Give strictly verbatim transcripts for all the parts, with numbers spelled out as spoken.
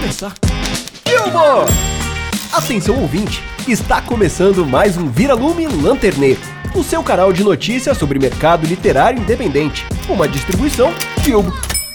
começar. Filmo! Atenção ouvinte, está começando mais um Vira-Lume Lanterneiro, o seu canal de notícias sobre mercado literário independente, uma distribuição Filmo.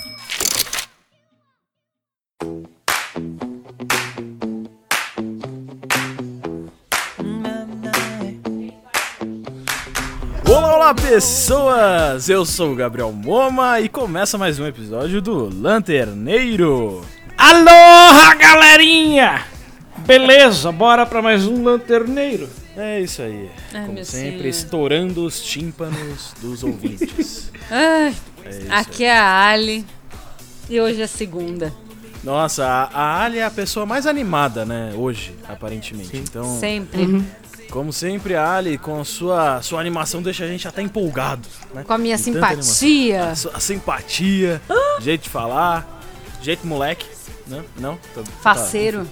Olá, olá pessoas! Eu sou o Gabriel Moma e começa mais um episódio do Lanterneiro. Aloha, galerinha! Beleza, bora pra mais um Lanterneiro. É isso aí, Ai, como meu sempre, senhor. estourando os tímpanos dos ouvintes. Ai, É isso aqui aí. é a Ali e hoje é segunda. Nossa, a, a Ali é a pessoa mais animada, né, hoje, aparentemente. Então, Sempre. como sempre, a Ali, com a sua, sua animação, deixa a gente até empolgado, né? Com a minha De tanta animação. simpatia. A, su- a simpatia, jeito de falar, jeito moleque, né? Não? Tá- tá- Faceiro.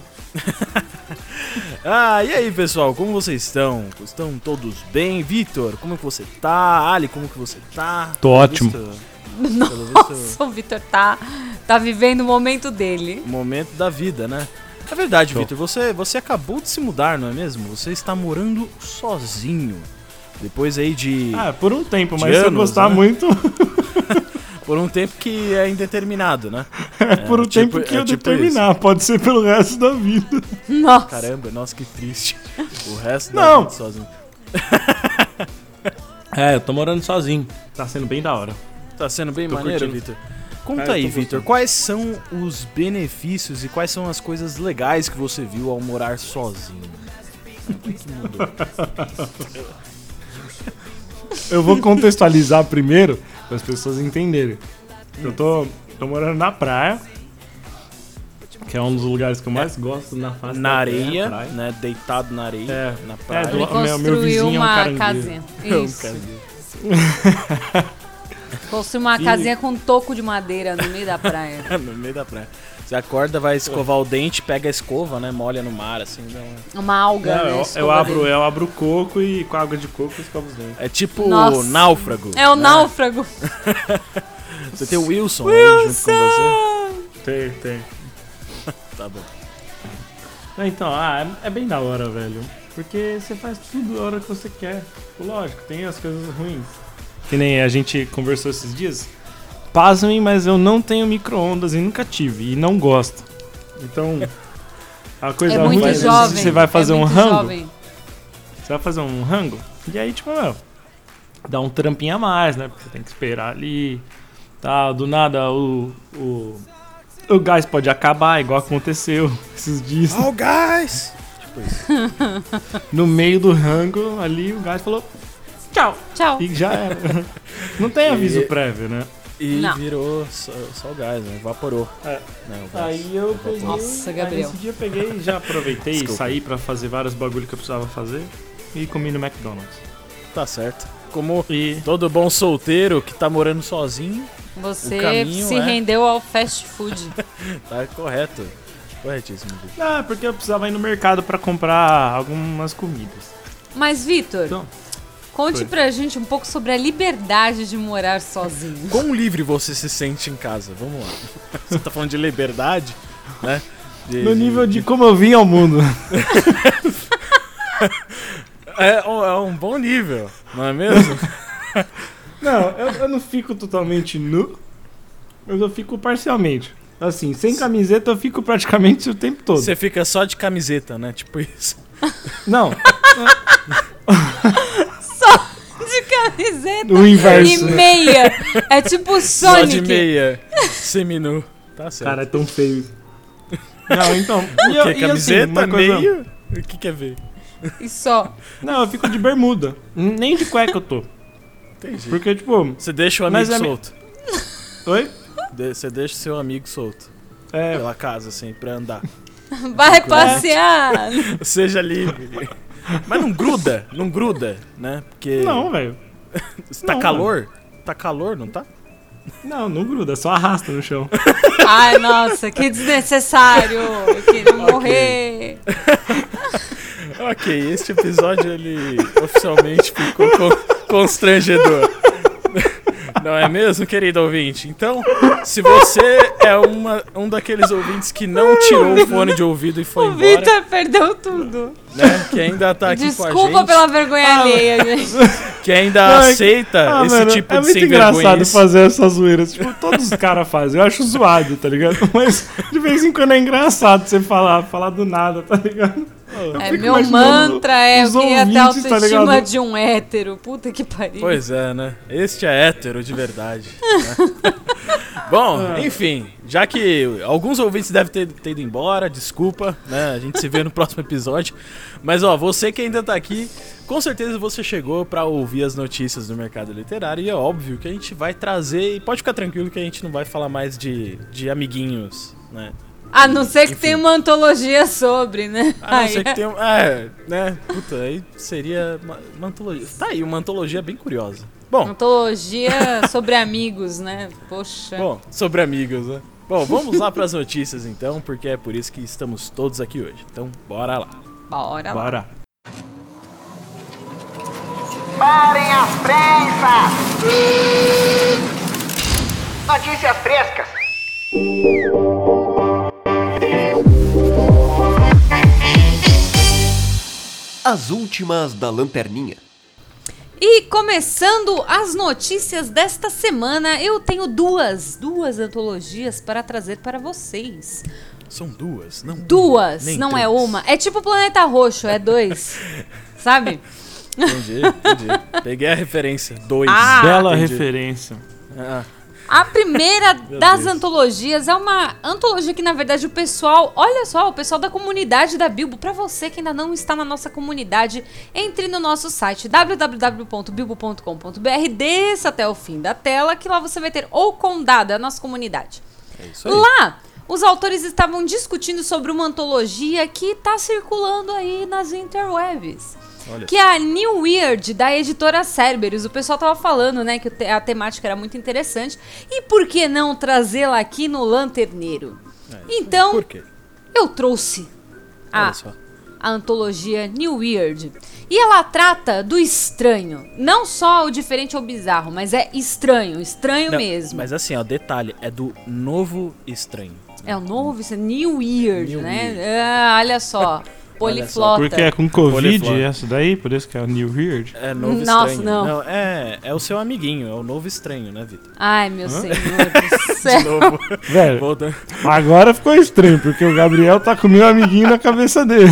Ah, e aí, pessoal, como vocês estão? Estão todos bem? Vitor, como que você tá? Ali, como que você tá? Tô Pelo ótimo. visto, pelo visto, Nossa, o Vitor tá, tá vivendo o momento dele. momento da vida, né? É verdade, Vitor, você, você acabou de se mudar, não é mesmo? Você está morando sozinho. Depois aí de... Ah, por um tempo, De mas se eu anos, gostar né? muito, Por um tempo que é indeterminado, né? é por um tipo- tempo que é eu tipo determinar. Pode ser pelo resto da vida. Nossa. Caramba, nossa, que triste. O resto da Não. vida sozinho. É, eu tô morando sozinho. Tá sendo bem da hora. Tá sendo bem Tô maneiro, curtindo. Vitor? Conta É, eu aí, tô Vitor, gostando. quais são os benefícios e quais são as coisas legais que você viu ao morar sozinho? O que que mudou? Eu vou contextualizar primeiro para as pessoas entenderem. Eu tô, tô morando na praia, que é um dos lugares que eu mais gosto na face Na da terra, areia, praia. né? Deitado na areia, É. na É, praia. do- Ele meu- meu construiu vizinho é um uma caranguejo. casinha. É um Isso. casinho. Construiu uma E- casinha com um toco de madeira no meio da praia. No meio da praia. Você acorda, vai escovar o dente, pega a escova, né? Molha no mar, assim. Dá uma... Uma alga, Não, né? eu, escova eu, abro, dele. eu abro coco e com água de coco eu escovo os dentes. É tipo Nossa. náufrago. É o né? náufrago. Você tem o Wilson, aí junto com Tem, tem. você. Tá bom. Então, ah, é, é bem da hora, velho. Porque você faz tudo a hora que você quer. Lógico, tem as coisas ruins. Que nem a gente conversou esses dias. Pasmem, mas eu não tenho micro-ondas e nunca tive. E não gosto. Então, a coisa É ruim muito é se jovem. você vai fazer é um muito rango. jovem. Você vai fazer um rango. E aí, tipo, meu, dá um trampinho a mais, né? Porque você tem que esperar ali. Tá, do nada o, o, o gás pode acabar, igual aconteceu esses dias. Oh, guys! Tipo isso. No meio do rango, ali o gás falou tchau. Tchau. E já era. Não tem aviso E- prévio, né? E Não. virou só, só o gás, né? Evaporou. É. Né, o gás. Aí eu peguei. Nossa, aí Gabriel. Nesse dia eu peguei e já aproveitei e Desculpa. saí pra fazer vários bagulho que eu precisava fazer. E comi no McDonald's. Tá certo. Como E. todo bom solteiro que tá morando sozinho, Você O caminho se é- rendeu ao fast food. tá correto. Corretíssimo, Vitor. Ah, porque eu precisava ir no mercado pra comprar algumas comidas. Mas, Vitor, Então, conte Foi. pra gente um pouco sobre a liberdade de morar sozinho. Quão livre você se sente em casa? Vamos lá. Você tá falando de liberdade, né? De- no nível de como eu vim ao mundo. É, um- é um bom nível, não é mesmo? Não, eu, eu não fico totalmente nu, mas eu fico parcialmente. Assim, sem camiseta eu fico praticamente o tempo todo. Você fica só de camiseta, né? Tipo isso. Não, De camiseta o e inverso. né? meia. É tipo Só Sonic. de meia, seminu. Tá certo. Cara, é tão feio. Não, então. E, que eu- e assim, camiseta, uma coisa- meio... O que quer ver? E só. Não, eu fico de bermuda. Nem de cueca eu tô. Entendi. Porque, tipo. Você deixa o Mas amigo é me- solto. Oi? De- Você deixa o seu amigo solto. É. Pela casa, assim, pra andar. Vai passear. Seja livre. Mas não gruda, não gruda, né? Porque Não, velho. tá não, calor. Tá calor, não tá? Não, não gruda, só arrasta no chão. Ai, nossa, que desnecessário. Eu queria morrer. Ok, este episódio ele oficialmente ficou con- constrangedor. Não é mesmo, querido ouvinte? Então, se você é uma, um daqueles ouvintes que não tirou o fone de ouvido e foi O embora, Vitor perdeu tudo. né, que ainda tá aqui com a Desculpa gente, pela vergonha Ah, alheia, gente. que ainda Não, é- aceita Ah, esse mano, tipo é de muito sem engraçado vergonhice. fazer essas zoeiras. Tipo, todos os caras fazem. Eu acho zoado, tá ligado? Mas de vez em quando é engraçado você falar, falar do nada, tá ligado? Eu É, fico meu imaginando mantra é os eu queria ter a ouvintes, tá autoestima ligado? de um hétero. Puta que pariu. Pois é, né? Este é hétero de verdade. Né? Bom, enfim, já que alguns ouvintes devem ter, ter ido embora, desculpa, né? A gente se vê no próximo episódio. Mas ó, você que ainda tá aqui, com certeza você chegou pra ouvir as notícias do mercado literário e é óbvio que a gente vai trazer, e pode ficar tranquilo que a gente não vai falar mais de, de amiguinhos, né? A não ser que Enfim. tenha uma antologia sobre, né? A não Aí ser que é- tenha. É, né? Puta, aí seria uma, uma antologia. Tá aí, uma antologia bem curiosa. Bom, Antologia sobre amigos, né? Poxa. bom, sobre amigos, né? Bom, vamos lá pras notícias então, porque é por isso que estamos todos aqui hoje. Então, bora lá. Bora lá. Bora. Parem as prensas! Notícias frescas! As últimas da lanterninha. E começando as notícias desta semana, eu tenho duas, duas antologias para trazer para vocês. São duas, não Duas, nem não três. é uma. É tipo o Planeta Roxo, é dois. Sabe? Entendi, entendi. Peguei a referência. Dois. Ah, Bela entendi. referência. Ah, A primeira das Deus. antologias é uma antologia que, na verdade, o pessoal... Olha só, o pessoal da comunidade da Bilbo. Pra você que ainda não está na nossa comunidade, entre no nosso site w w w ponto bilbo ponto com ponto b r, desça até o fim da tela, que lá você vai ter o Condado, é a nossa comunidade. é isso aí. Lá, os autores estavam discutindo sobre uma antologia que tá circulando aí nas interwebs. Olha Que é a New Weird, da editora Cerberus. O pessoal tava falando, né, que o te- a temática era muito interessante. E por que não trazê-la aqui no Lanterneiro? É, Então, Por quê? eu trouxe Olha a, só. a antologia New Weird. E ela trata do estranho. Não só o diferente ou bizarro, mas é estranho, estranho Não, mesmo. Mas assim, ó, detalhe, é do novo estranho. É o novo, isso é New Weird, New né? Weird. Ah, olha só, poliflota. Porque é com Covid Poliflora. essa daí, por isso que é o New Weird. É novo Nossa, estranho. não. é, é o seu amiguinho, é o novo estranho, né, Vitor? Ai, meu Hã? senhor do céu. De novo. Velho, Voltando. agora ficou estranho, porque o Gabriel tá com o meu amiguinho na cabeça dele.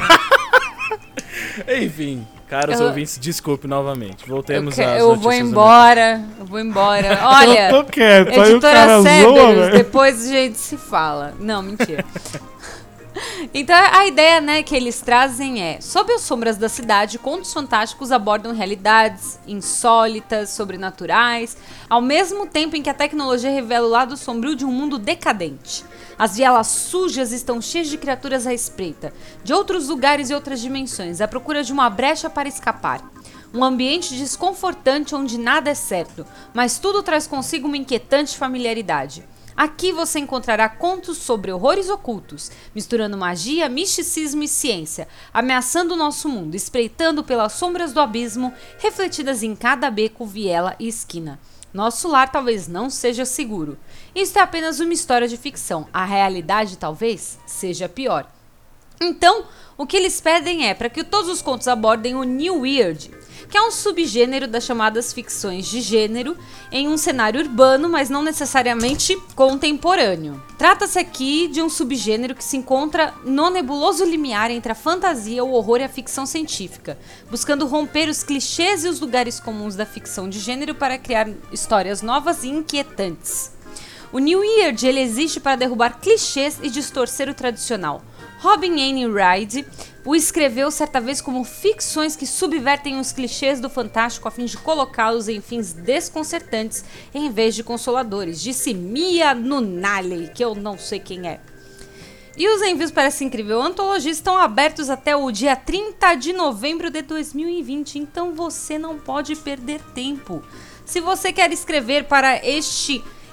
Enfim, caros Eu- ouvintes, desculpe novamente. Eu, Voltemos que- às eu vou notícias do embora, eu vou embora. Olha, Eu tô quieto, aí o editora cara zoa, Cerberus, velho. depois a gente se fala. Não, mentira. Então a ideia, né, que eles trazem é: sob as sombras da cidade, contos fantásticos abordam realidades insólitas, sobrenaturais, ao mesmo tempo em que a tecnologia revela o lado sombrio de um mundo decadente. As vielas sujas estão cheias de criaturas à espreita, de outros lugares e outras dimensões, à procura de uma brecha para escapar. Um ambiente desconfortante onde nada é certo, mas tudo traz consigo uma inquietante familiaridade. Aqui você encontrará contos sobre horrores ocultos, misturando magia, misticismo e ciência, ameaçando o nosso mundo, espreitando pelas sombras do abismo, refletidas em cada beco, viela e esquina. Nosso lar talvez não seja seguro. Isto é apenas uma história de ficção. A realidade talvez seja pior. Então, o que eles pedem é para que todos os contos abordem o New Weird, que é um subgênero das chamadas ficções de gênero em um cenário urbano, mas não necessariamente contemporâneo. Trata-se aqui de um subgênero que se encontra no nebuloso limiar entre a fantasia, o horror e a ficção científica, buscando romper os clichês e os lugares comuns da ficção de gênero para criar histórias novas e inquietantes. O New Weird, ele existe para derrubar clichês e distorcer o tradicional. Robin Anne Ride o escreveu certa vez como ficções que subvertem os clichês do fantástico a fim de colocá-los em fins desconcertantes em vez de consoladores, disse Mia Nunali, que eu não sei quem é. E os envios para essa incrível antologia estão abertos até o dia trinta de novembro de dois mil e vinte, então você não pode perder tempo. Se você quer escrever para este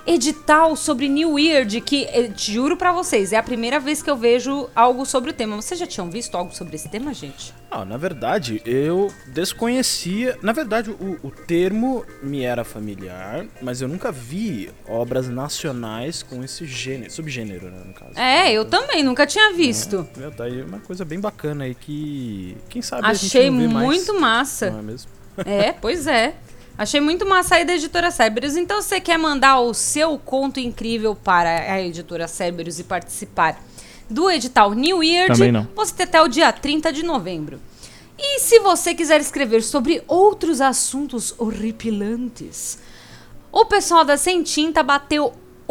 edital sobre New Weird, que, eh, juro pra vocês, é a primeira vez que eu vejo algo sobre o tema. Vocês já tinham visto algo sobre esse tema, gente? Ah, na verdade, eu desconhecia... Na verdade, o, o termo me era familiar, mas eu nunca vi obras nacionais com esse gênero, subgênero, né, no caso. É, eu também, nunca tinha visto. É, meu, tá aí uma coisa bem bacana aí que... Quem sabe a Achei gente não vê mais, muito massa. não é mesmo? É, pois é. Achei muito massa aí da Editora Cerberus. Então, você quer mandar o seu conto incrível para a Editora Cerberus e participar do edital New Weird, Também não. você tem até o dia trinta de novembro. E se você quiser escrever sobre outros assuntos horripilantes, o pessoal da Sem Tinta bateu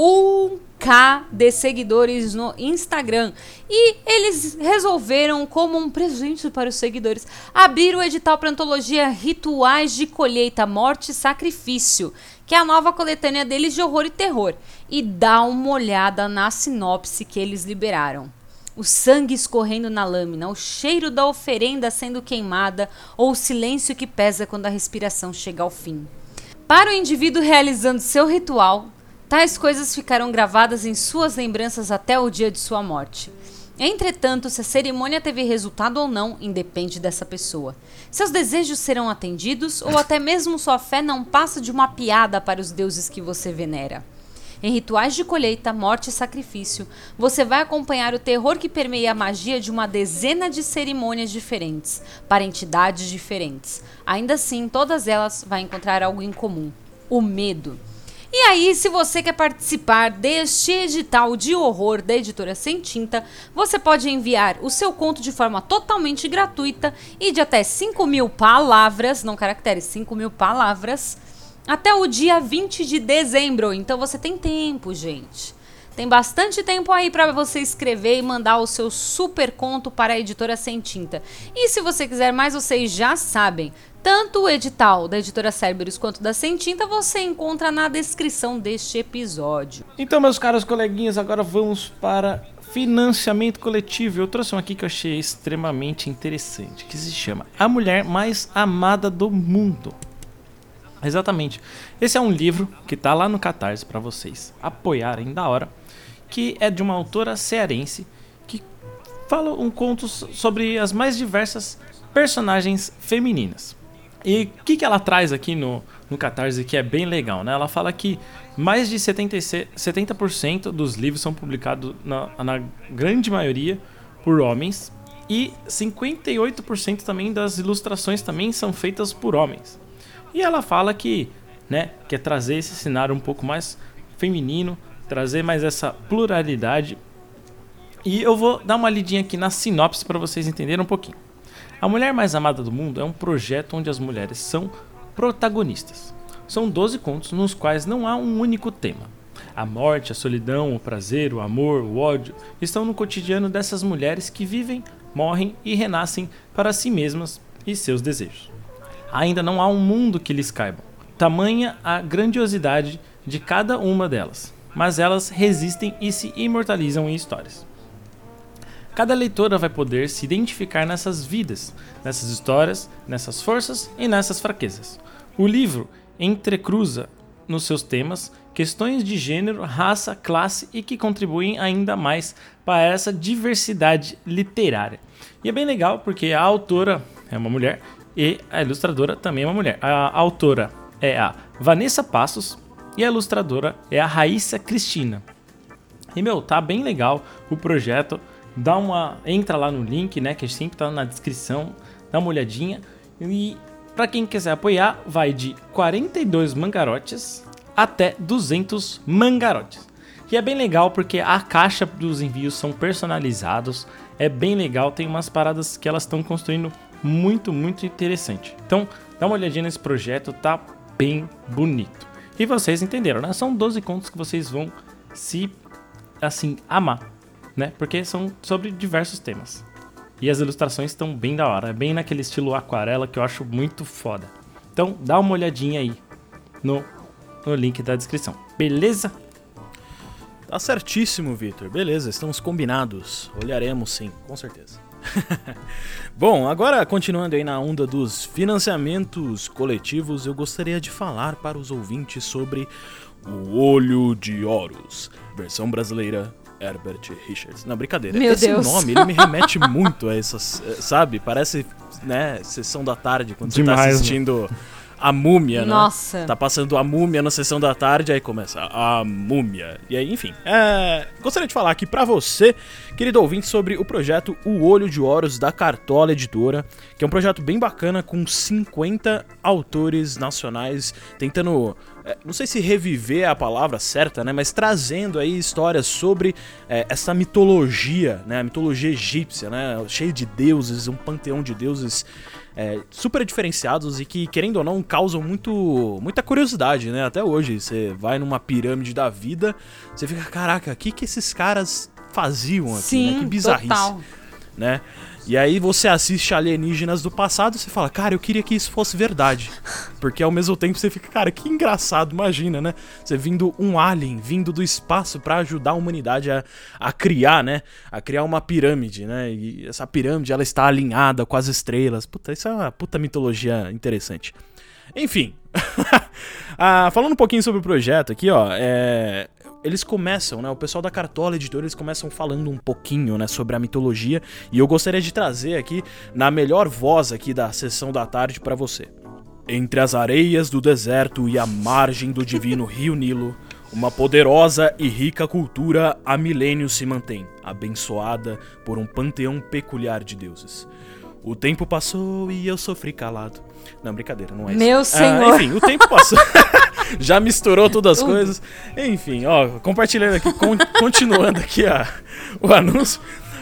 um K de seguidores no Instagram e eles resolveram, como um presente para os seguidores, abrir o edital para a antologia Rituais de Colheita, Morte e Sacrifício, que é a nova coletânea deles de horror e terror. E dá uma olhada na sinopse que eles liberaram. O sangue escorrendo na lâmina, o cheiro da oferenda sendo queimada ou o silêncio que pesa quando a respiração chega ao fim. Para o indivíduo realizando seu ritual, tais coisas ficarão gravadas em suas lembranças até o dia de sua morte. Entretanto, se a cerimônia teve resultado ou não, independe dessa pessoa. Seus desejos serão atendidos ou até mesmo sua fé não passa de uma piada para os deuses que você venera. Em Rituais de Colheita, Morte e Sacrifício, você vai acompanhar o terror que permeia a magia de uma dezena de cerimônias diferentes, para entidades diferentes. Ainda assim, todas elas vão encontrar algo em comum: o medo. E aí, se você quer participar deste edital de horror da Editora Sem Tinta, você pode enviar o seu conto de forma totalmente gratuita e de até cinco mil palavras, não caracteres, cinco mil palavras, até o dia vinte de dezembro. Então você tem tempo, gente. Tem bastante tempo aí para você escrever e mandar o seu super conto para a Editora Sem Tinta. E se você quiser mais, vocês já sabem. Tanto o edital da Editora Cerberus quanto da Sem Tinta você encontra na descrição deste episódio. Então, meus caros coleguinhas, agora vamos para financiamento coletivo. Eu trouxe um aqui que eu achei extremamente interessante, que se chama A Mulher Mais Amada do Mundo. Exatamente. Esse é um livro que tá lá no Catarse para vocês apoiarem da hora, que é de uma autora cearense que fala um conto sobre as mais diversas personagens femininas. E o que, que ela traz aqui no, no Catarse que é bem legal, né? Ela fala que mais de setenta por cento dos livros são publicados, na, na grande maioria, por homens. E cinquenta e oito por cento também das ilustrações também são feitas por homens. E ela fala que, né, quer trazer esse cenário um pouco mais feminino, trazer mais essa pluralidade. E eu vou dar uma lidinha aqui na sinopse para vocês entenderem um pouquinho. A Mulher Mais Amada do Mundo é um projeto onde as mulheres são protagonistas. São doze contos nos quais não há um único tema. A morte, a solidão, o prazer, o amor, o ódio estão no cotidiano dessas mulheres que vivem, morrem e renascem para si mesmas e seus desejos. Ainda não há um mundo que lhes caiba, tamanha a grandiosidade de cada uma delas, mas elas resistem e se imortalizam em histórias. Cada leitora vai poder se identificar nessas vidas, nessas histórias, nessas forças e nessas fraquezas. O livro entrecruza nos seus temas questões de gênero, raça, classe e que contribuem ainda mais para essa diversidade literária. E é bem legal porque a autora é uma mulher e a ilustradora também é uma mulher. A autora é a Vanessa Passos e a ilustradora é a Raíssa Cristina. E meu, tá bem legal o projeto. Dá uma, entra lá no link, né, que sempre tá na descrição, dá uma olhadinha. E para quem quiser apoiar, vai de quarenta e dois mangarotes até duzentos mangarotes. E é bem legal porque a caixa dos envios são personalizados, é bem legal, tem umas paradas que elas estão construindo muito, muito interessante. Então, dá uma olhadinha nesse projeto, tá bem bonito. E vocês entenderam, né? São doze contos que vocês vão se, assim, amar. Né? Porque são sobre diversos temas. E as ilustrações estão bem da hora. É bem naquele estilo aquarela que eu acho muito foda. Então dá uma olhadinha aí no, no link da descrição. Beleza? Tá certíssimo, Victor. Beleza, estamos combinados. Olharemos sim, com certeza. Bom, agora continuando aí na onda dos financiamentos coletivos, eu gostaria de falar para os ouvintes sobre O Olho de Horus, versão brasileira, Herbert Richards. Não, brincadeira. Meu Esse Deus. nome, ele me remete muito a essas, eh, sabe? Parece, né, sessão da tarde, quando você Demais, tá né? assistindo A Múmia, né? Nossa. Tá passando A Múmia na sessão da tarde, aí começa A Múmia. E aí, enfim, é, gostaria de falar aqui pra você, querido ouvinte, sobre o projeto O Olho de Horus, da Cartola Editora, que é um projeto bem bacana, com cinquenta autores nacionais, tentando, é, não sei se reviver é a palavra certa, né, mas trazendo aí histórias sobre é, essa mitologia, né, a mitologia egípcia, né, cheio de deuses, um panteão de deuses É, super diferenciados e que, querendo ou não, causam muito, muita curiosidade, né? Até hoje, você vai numa pirâmide da vida, você fica, caraca, o que que esses caras faziam aqui, Sim, né? Que bizarrice, total. né? E aí você assiste Alienígenas do Passado e você fala, cara, eu queria que isso fosse verdade. Porque ao mesmo tempo você fica, cara, que engraçado, imagina, né? Você vindo um alien, vindo do espaço pra ajudar a humanidade a, a criar, né? A criar uma pirâmide, né? E essa pirâmide, ela está alinhada com as estrelas. Puta, isso é uma puta mitologia interessante. Enfim, ah, falando um pouquinho sobre o projeto aqui, ó, é... eles começam, né, o pessoal da Cartola Editora, eles começam falando um pouquinho, né, sobre a mitologia, e eu gostaria de trazer aqui, na melhor voz aqui da sessão da tarde pra você. Entre as areias do deserto e a margem do divino rio Nilo, uma poderosa e rica cultura há milênios se mantém, abençoada por um panteão peculiar de deuses. O tempo passou e eu sofri calado. Não, brincadeira, não é isso. Meu senhor. Ah, enfim, o tempo passou. Já misturou todas as coisas. Enfim, ó, compartilhando aqui, con- continuando aqui a, o anúncio.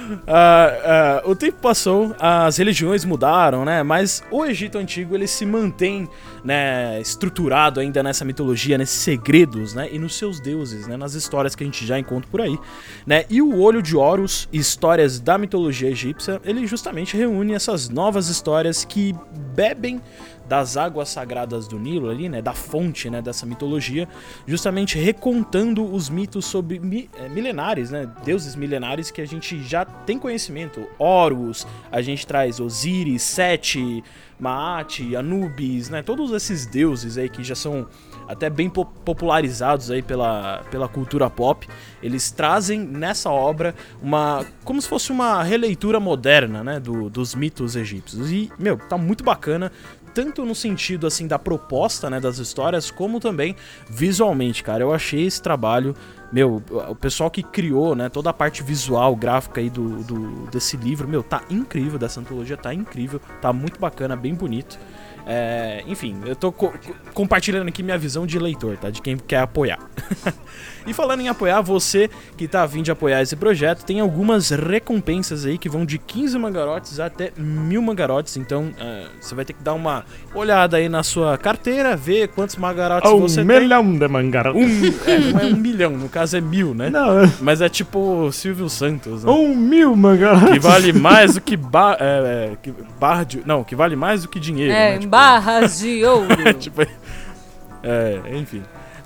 Ah, ah, o tempo passou, as religiões mudaram, né? Mas o Egito Antigo, ele se mantém, né, estruturado ainda nessa mitologia, nesses segredos, né? E nos seus deuses, né? Nas histórias que a gente já encontra por aí, né? E o Olho de Horus, histórias da mitologia egípcia, ele justamente reúne essas novas histórias que bebem das águas sagradas do Nilo ali, né, da fonte, né, dessa mitologia, justamente recontando os mitos sobre mi, é, milenares, né, deuses milenares que a gente já tem conhecimento. Horus, a gente traz Osíris, Sete, Maat, Anubis, né, todos esses deuses aí que já são até bem po- popularizados aí pela, pela cultura pop. Eles trazem nessa obra uma, como se fosse uma releitura moderna, né, do, dos mitos egípcios. E, meu, tá muito bacana, tanto no sentido, assim, da proposta, né, das histórias, como também visualmente, cara. Eu achei esse trabalho, meu, o pessoal que criou, né, toda a parte visual, gráfica aí do, do, desse livro, meu, tá incrível, dessa antologia, tá incrível, tá muito bacana, bem bonito. É, enfim, eu tô co- compartilhando aqui minha visão de leitor, tá? De quem quer apoiar. E falando em apoiar, você que tá a fim de apoiar esse projeto, tem algumas recompensas aí que vão de quinze mangarotes até mil mangarotes. Então, uh, você vai ter que dar uma olhada aí na sua carteira, ver quantos mangarotes Um você tem. milhão de mangarotes. Um, é, não é um milhão, no caso é mil, né? Não, é Mas é tipo Silvio Santos, né? um mil mangarotes. Que vale mais do que, ba é, é, que barra de... Não, que vale mais do que dinheiro, É, né? Tipo, barras de ouro. tipo, é, enfim.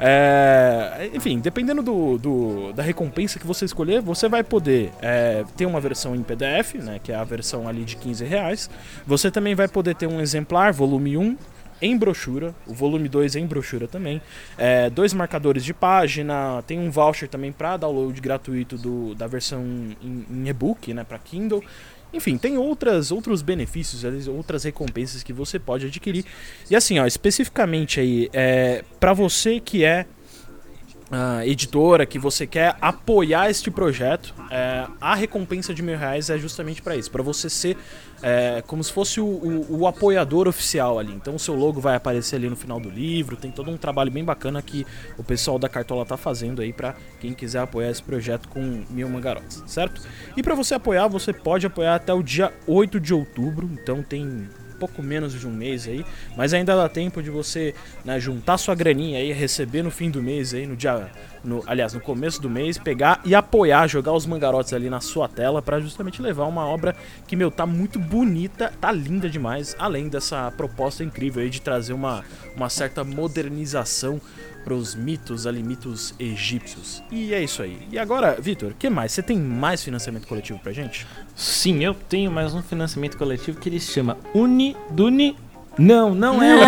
É, enfim, dependendo do, do, da recompensa que você escolher, você vai poder é, ter uma versão em P D F, né, que é a versão ali de quinze reais. Você também vai poder ter um exemplar, volume um, em brochura, o volume dois em brochura também, é, dois marcadores de página, tem um voucher também para download gratuito do, da versão em, em e-book, né, para Kindle. Enfim, tem outras, outros benefícios, outras recompensas que você pode adquirir. E assim, ó, especificamente aí, é, para você que é uh, editora, que você quer apoiar este projeto, é, a recompensa de mil reais é justamente para isso, para você ser é, como se fosse o, o, o apoiador oficial ali. Então o seu logo vai aparecer ali no final do livro, tem todo um trabalho bem bacana que o pessoal da Cartola tá fazendo aí para quem quiser apoiar esse projeto com mil mangarotes, certo? E para você apoiar, você pode apoiar até o dia oito de outubro, então tem pouco menos de um mês aí, mas ainda dá tempo de você, né, juntar sua graninha aí, receber no fim do mês aí, no dia, no, aliás, no começo do mês, pegar e apoiar, jogar os mangarotes ali na sua tela pra justamente levar uma obra que, meu, tá muito bonita, tá linda demais, além dessa proposta incrível aí de trazer uma, uma certa modernização pros mitos ali, mitos egípcios. E é isso aí. E agora, Vitor, o que mais? Você tem mais financiamento coletivo pra gente? Sim, eu tenho mais um financiamento coletivo que ele se chama Uniduni Não, não é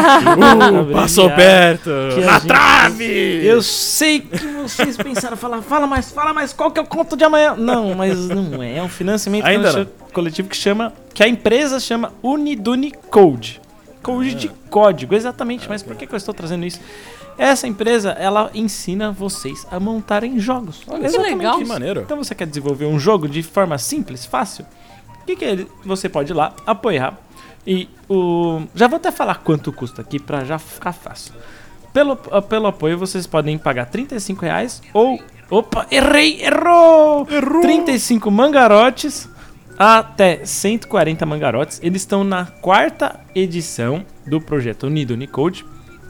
o Uh, passou perto! Que a Na gente- trave! Eu sei que vocês pensaram, falar, fala mais, fala mais, qual que é o conto de amanhã? Não, mas não é, é um financiamento Ainda coletivo- coletivo que chama, que a empresa chama Uniduni Code. Code de código, exatamente, mas por que, que eu estou trazendo isso? Essa empresa, ela ensina vocês a montarem jogos. Olha, Que exatamente legal. Que isso. maneiro. Então você quer desenvolver um jogo de forma simples, fácil? O que, que é? Você pode ir lá, apoiar. E o. Já vou até falar quanto custa aqui pra já ficar fácil. Pelo, pelo apoio, vocês podem pagar trinta e cinco reais ou. Opa, errei, errou! Errou! trinta e cinco mangarotes até cento e quarenta mangarotes. Eles estão na quarta edição do projeto Unido Unicode.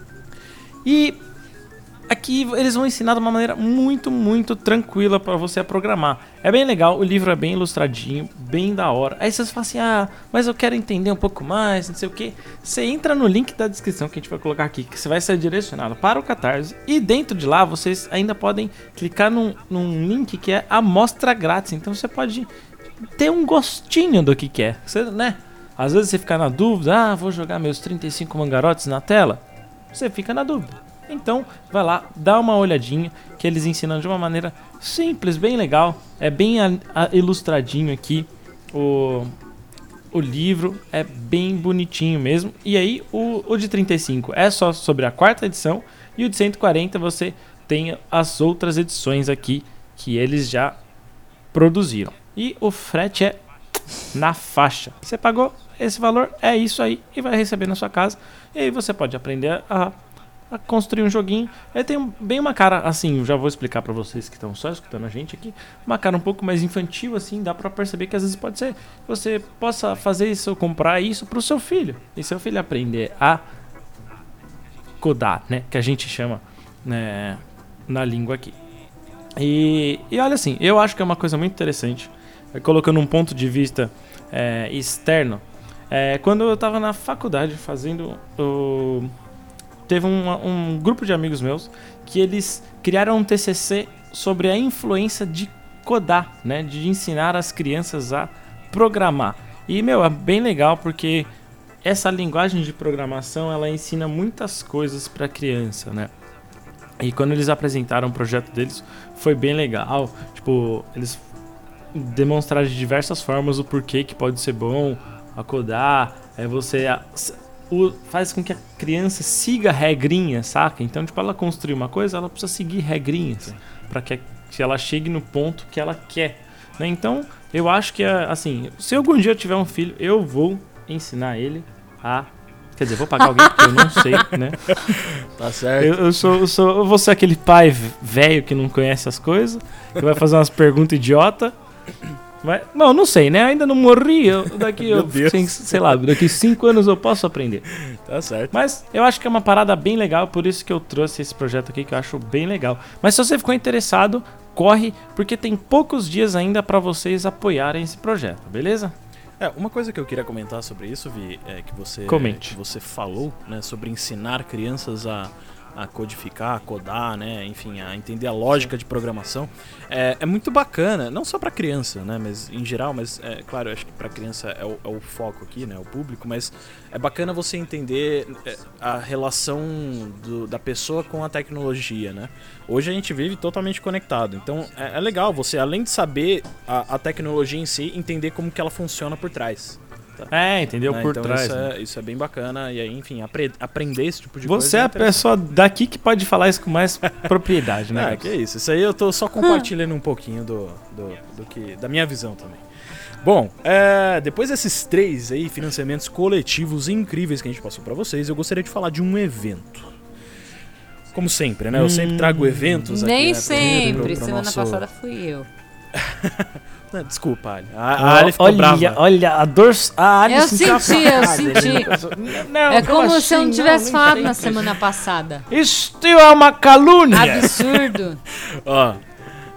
E aqui eles vão ensinar de uma maneira muito, muito tranquila para você a programar. É bem legal, o livro é bem ilustradinho, bem da hora. Aí vocês falam assim, ah, mas eu quero entender um pouco mais, não sei o que. Você entra no link da descrição que a gente vai colocar aqui, que você vai ser direcionado para o Catarse. E dentro de lá, vocês ainda podem clicar num, num link que é amostra grátis. Então você pode ter um gostinho do que quer, você, né? Às vezes você fica na dúvida, ah, vou jogar meus trinta e cinco mangarotes na tela. Você fica na dúvida. Então, vai lá, dá uma olhadinha, que eles ensinam de uma maneira simples, bem legal. É bem a, a ilustradinho aqui. O, o livro é bem bonitinho mesmo. E aí, o, o de trinta e cinco é só sobre a quarta edição. E o de cento e quarenta você tem as outras edições aqui que eles já produziram. E o frete é na faixa. Você pagou esse valor, é isso aí, e vai receber na sua casa. E aí você pode aprender a, a construir um joguinho. Ele tem um- bem uma cara, assim, eu já vou explicar pra vocês que estão só escutando a gente aqui, uma cara um pouco mais infantil, assim, dá pra perceber que às vezes pode ser que você possa fazer isso, comprar isso pro seu filho. E seu filho aprender a codar, né, que a gente chama, né, na língua aqui. E, e olha assim, eu acho que é uma coisa muito interessante, colocando um ponto de vista é, externo. É, quando eu tava na faculdade fazendo o... Teve um, um grupo de amigos meus que eles criaram um T C C sobre a influência de codar, né? De ensinar as crianças a programar. E, meu, é bem legal porque essa linguagem de programação, ela ensina muitas coisas pra criança, né? E quando eles apresentaram o projeto deles, foi bem legal. Tipo, eles demonstraram de diversas formas o porquê que pode ser bom a codar. É você a, o, faz com que a criança siga regrinhas, saca? Então, tipo, ela construir uma coisa, ela precisa seguir regrinhas para que, que ela chegue no ponto que ela quer, né? Então, eu acho que, assim, se algum dia eu tiver um filho, eu vou ensinar ele a... Quer dizer, vou pagar alguém porque eu não sei, né? Tá certo. Eu, eu, sou, eu, sou, eu vou ser aquele pai velho que não conhece as coisas, que vai fazer umas perguntas idiota. Mas, não, não sei, né? Ainda não morri. Eu, daqui, eu, Meu Deus. sei, sei lá, daqui cinco anos eu posso aprender. Tá certo. Mas eu acho que é uma parada bem legal, por isso que eu trouxe esse projeto aqui, que eu acho bem legal. Mas se você ficou interessado, corre, porque tem poucos dias ainda pra vocês apoiarem esse projeto, beleza? É, uma coisa que eu queria comentar sobre isso, Vi, é que você, Comente. que você falou, né, sobre ensinar crianças a, a codificar, a codar, né, enfim, a entender a lógica de programação. É, é muito bacana, não só para criança, né, mas em geral, mas é claro, eu acho que para criança é o, é o foco aqui, né, o público, mas é bacana você entender é, a relação do, da pessoa com a tecnologia, né. Hoje a gente vive totalmente conectado, então é, é legal você, além de saber a, a tecnologia em si, entender como que ela funciona por trás. É, entendeu? Né? Por Então trás. isso, né? é, isso é bem bacana. E aí, enfim, apre- aprender esse tipo de coisa. Você é a interessante. pessoa daqui que pode falar isso com mais propriedade, né? Ah, Gabs? que isso. Isso aí eu tô só compartilhando um pouquinho do, do, do que, da minha visão também. Bom, é, depois desses três aí financiamentos coletivos incríveis que a gente passou pra vocês, eu gostaria de falar de um evento. Como sempre, né? Eu sempre trago eventos aqui. Nem né, pro- sempre. pro- pro Semana nosso- passada fui eu. Não, desculpa, Ali. A, a Ali ficou olha, brava. olha, a dor. A Ali Eu sentiu a senti, eu facada, senti. ele não- não, É como assim? se eu não Não, tivesse nem falado sempre. na semana passada. Isto é uma calúnia. Absurdo. Ó,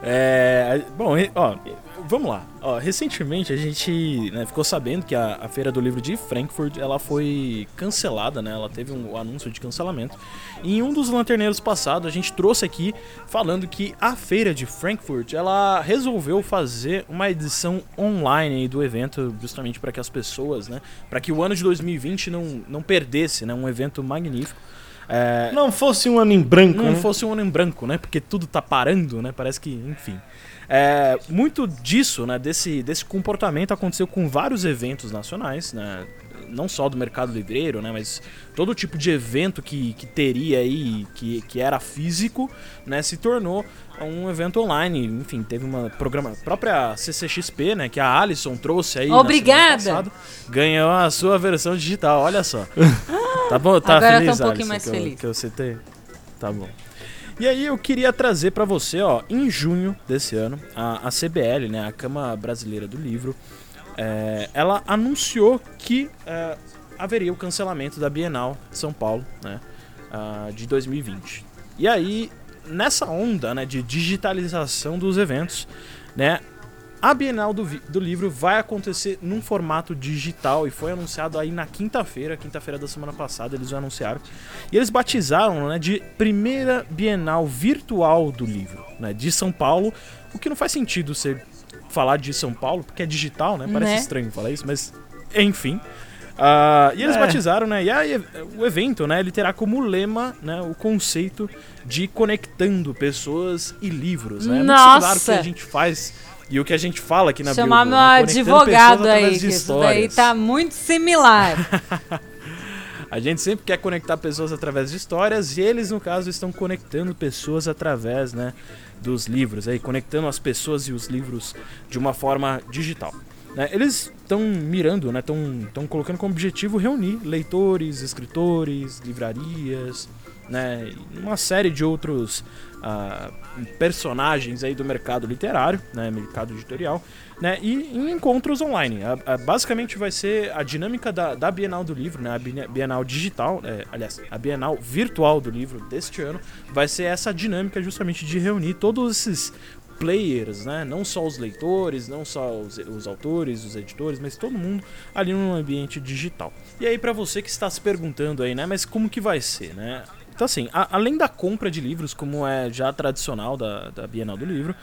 É, bom, ó, vamos lá. Ó, recentemente a gente, né, ficou sabendo que a, a Feira do Livro de Frankfurt ela foi cancelada, né? Ela teve um, um anúncio de cancelamento. E em um dos lanterneiros passados a gente trouxe aqui falando que a Feira de Frankfurt ela resolveu fazer uma edição online aí do evento, justamente para que as pessoas, né, para que o ano de dois mil e vinte não, não perdesse, né, um evento magnífico. É, não fosse um ano em branco, Não né? fosse um ano em branco, né? Porque tudo tá parando, né? Parece que, enfim. É, muito disso, né? Desse, desse comportamento aconteceu com vários eventos nacionais, né? Não só do mercado livreiro, né? Mas todo tipo de evento que, que teria aí, que, que era físico, né? Se tornou um evento online. Enfim, teve uma programa, a própria C C X P, né? Que a Alisson trouxe aí. Obrigada! Na semana passada, ganhou a sua versão digital, olha só. Tá bom? Tá Agora feliz, eu tô um Alisson, pouquinho mais que feliz. Eu, que eu citei? Tá bom. E aí eu queria trazer pra você, ó, em junho desse ano, a, a C B L, né, a Câmara Brasileira do Livro, é, ela anunciou que é, haveria o cancelamento da Bienal de São Paulo, né, a, de dois mil e vinte. E aí, nessa onda, né, de digitalização dos eventos, né, a Bienal do, do Livro vai acontecer num formato digital e foi anunciado aí na quinta-feira, quinta-feira da semana passada, eles já anunciaram. E eles batizaram, né, de Primeira Bienal Virtual do Livro, né, de São Paulo, o que não faz sentido você falar de São Paulo, porque é digital, né? Parece Né? estranho falar isso, mas enfim. Uh, e eles É. batizaram, né? E aí, o evento, né? Ele terá como lema, né? O conceito de conectando pessoas e livros, né? É muito Nossa! similar ao que a gente faz e o que a gente fala aqui na Chamar Bilbo, meu né? Conectando advogado pessoas através aí, de que isso daí histórias. tá muito similar. A gente sempre quer conectar pessoas através de histórias e eles, no caso, estão conectando pessoas através, né, dos livros, aí, conectando as pessoas e os livros de uma forma digital. Né? Eles estão mirando, né, estão colocando como objetivo reunir leitores, escritores, livrarias, né, e uma série de outros uh, personagens aí do mercado literário, né, mercado editorial, né, e em encontros online. A, a, basicamente vai ser a dinâmica da, da Bienal do Livro, né, a Bienal digital, é, aliás, a Bienal virtual do livro deste ano, vai ser essa dinâmica justamente de reunir todos esses players, né, não só os leitores, não só os, os autores, os editores, mas todo mundo ali num ambiente digital. E aí, para você que está se perguntando aí, né, mas como que vai ser, né? Então, assim, a, além da compra de livros, como é já tradicional da, da Bienal do Livro,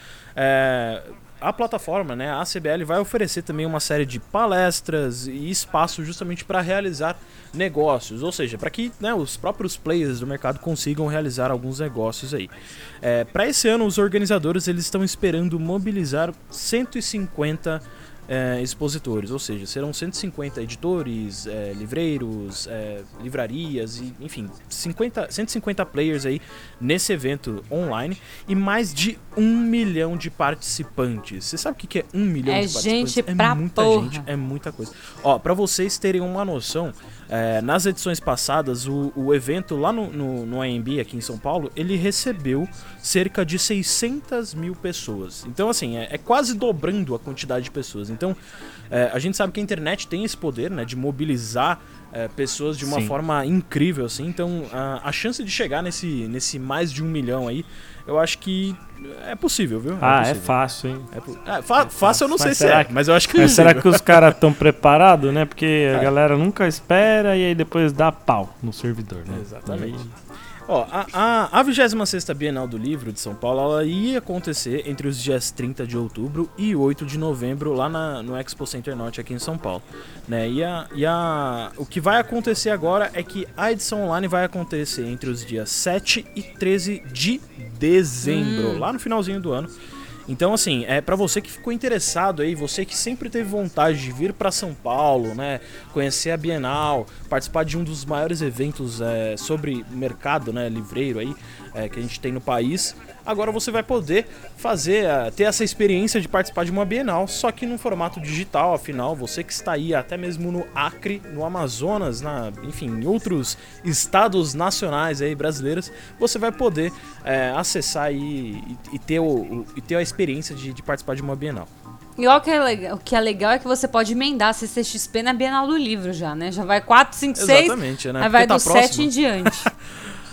é, a plataforma, né, a C B L, vai oferecer também uma série de palestras e espaço justamente para realizar negócios, ou seja, para que, né, os próprios players do mercado consigam realizar alguns negócios aí. É, para esse ano, os organizadores eles estão esperando mobilizar cento e cinquenta É, expositores, ou seja, serão cento e cinquenta editores, é, livreiros, é, livrarias, e, enfim, cinquenta, cento e cinquenta players aí nesse evento online e mais de um milhão de participantes. Você sabe o que é um milhão É de participantes? gente é pra muita porra. gente, é muita coisa. Ó, pra vocês terem uma noção, é, nas edições passadas, o, o evento lá no, no, no A M B aqui em São Paulo, ele recebeu cerca de seiscentas mil pessoas. Então, assim, é, é quase dobrando a quantidade de pessoas. Então, é, a gente sabe que a internet tem esse poder, né, de mobilizar é, pessoas de uma Sim. forma incrível, assim. Então, a, a chance de chegar nesse, nesse mais de um milhão aí, eu acho que é possível, viu? Ah, é possível. fácil, hein? É, po- é, fa- fácil eu não Mas sei se será é, que- mas eu acho que é Mas será possível. que os caras estão preparados, né? Porque a É. galera nunca espera e aí depois dá pau no servidor, né? Exatamente. E aí- Ó, a, a, a vigésima sexta Bienal do Livro de São Paulo, ela ia acontecer entre os dias trinta de outubro e oito de novembro lá na, no Expo Center Norte aqui em São Paulo, né? E, a, e a, o que vai acontecer agora é que a edição online vai acontecer entre os dias sete e treze de dezembro, lá no finalzinho do ano. Então, assim, é para você que ficou interessado aí, você que sempre teve vontade de vir para São Paulo, né, conhecer a Bienal, participar de um dos maiores eventos é, sobre mercado, né, livreiro aí, é, que a gente tem no país, agora você vai poder fazer, é, ter essa experiência de participar de uma Bienal, só que num formato digital, afinal, você que está aí até mesmo no Acre, no Amazonas, na, enfim, em outros estados nacionais aí brasileiros, você vai poder é, acessar aí e, e, ter o, o, e ter a experiência de, de participar de uma Bienal. E ó, o que, é legal, o que é legal é que você pode emendar a C C X P na Bienal do Livro já, né? Já vai quatro, cinco, seis, Exatamente, né? aí vai Porque tá do sete próximo. em diante.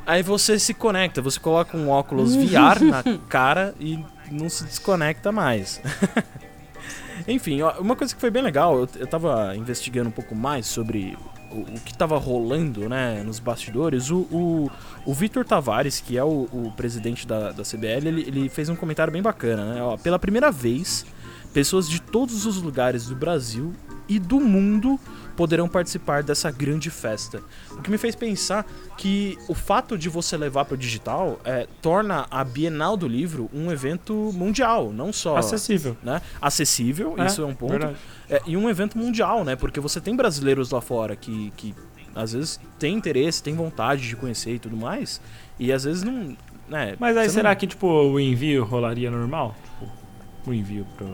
Aí você se conecta, você coloca um óculos V R na cara e não se desconecta mais. Enfim, ó, uma coisa que foi bem legal, eu, eu tava investigando um pouco mais sobre o, o que tava rolando, né, nos bastidores. O, o, o Vitor Tavares, que é o, o presidente da, da C B L, ele, ele fez um comentário bem bacana, né? Ó, pela primeira vez, pessoas de todos os lugares do Brasil e do mundo poderão participar dessa grande festa. O que me fez pensar que o fato de você levar para o digital é, torna a Bienal do Livro um evento mundial, não só... Acessível. Né? Acessível, É, isso é um ponto. verdade. É, e um evento mundial, né? Porque você tem brasileiros lá fora que, que às vezes tem interesse, tem vontade de conhecer e tudo mais, e às vezes não... Né, Mas aí você será não... que tipo o envio rolaria normal? Tipo, o envio pro,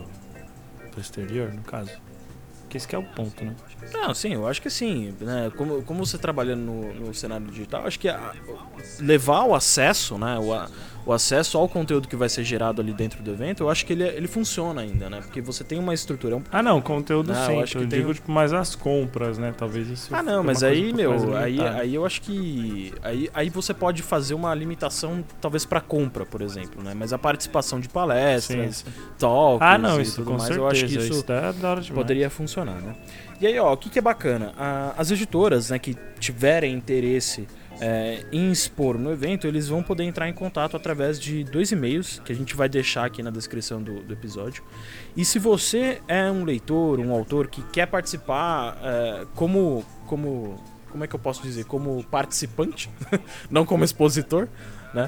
pro exterior, no caso? Porque esse que é o ponto, né? Não, sim, eu acho que sim. Né? Como, como você trabalhando no, no cenário digital, acho que a, levar o acesso, né? O, a, o acesso ao conteúdo que vai ser gerado ali dentro do evento, eu acho que ele, ele funciona ainda, né? Porque você tem uma estrutura. Um... Ah, não, conteúdo Não, sim. eu Eu, acho que eu tem- digo tipo, mais as compras, né? Talvez isso. Ah, não, é uma mas coisa aí, um pouco mais meu, aí, limitada. aí eu acho que. Aí, aí você pode fazer uma limitação, talvez, pra compra, por exemplo, né? Mas a participação de palestras, Sim, sim. talks Ah, não, e isso tudo com mais, certeza. eu acho que isso. isso é da hora demais. Poderia funcionar, né? E aí, ó, o que, que é bacana? A- as editoras, né, que tiverem interesse é, em expor no evento, eles vão poder entrar em contato através de dois e-mails que a gente vai deixar aqui na descrição do, do episódio. E se você é um leitor, um autor que quer participar é, como, como, como é que eu posso dizer? Como participante, não como expositor, né?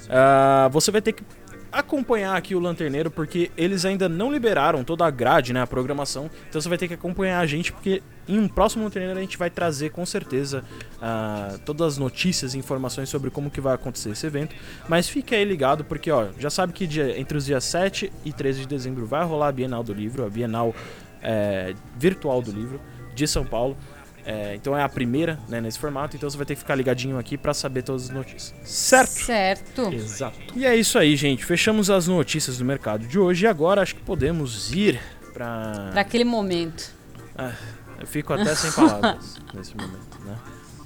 Ah, você vai ter que acompanhar aqui o Lanterneiro, porque eles ainda não liberaram toda a grade, né, a programação, então você vai ter que acompanhar a gente, porque em um próximo Lanterneiro a gente vai trazer com certeza uh, todas as notícias e informações sobre como que vai acontecer esse evento, mas fique aí ligado, porque ó, já sabe que dia, entre os dias sete e treze de dezembro vai rolar a Bienal do Livro, a Bienal é, virtual do livro de São Paulo. É, então é a primeira, né, nesse formato, então você vai ter que ficar ligadinho aqui pra saber todas as notícias. Certo? Certo. Exato. E é isso aí, gente. Fechamos as notícias do mercado de hoje e agora acho que podemos ir pra... Pra aquele momento. Ah, eu fico até sem palavras nesse momento, né?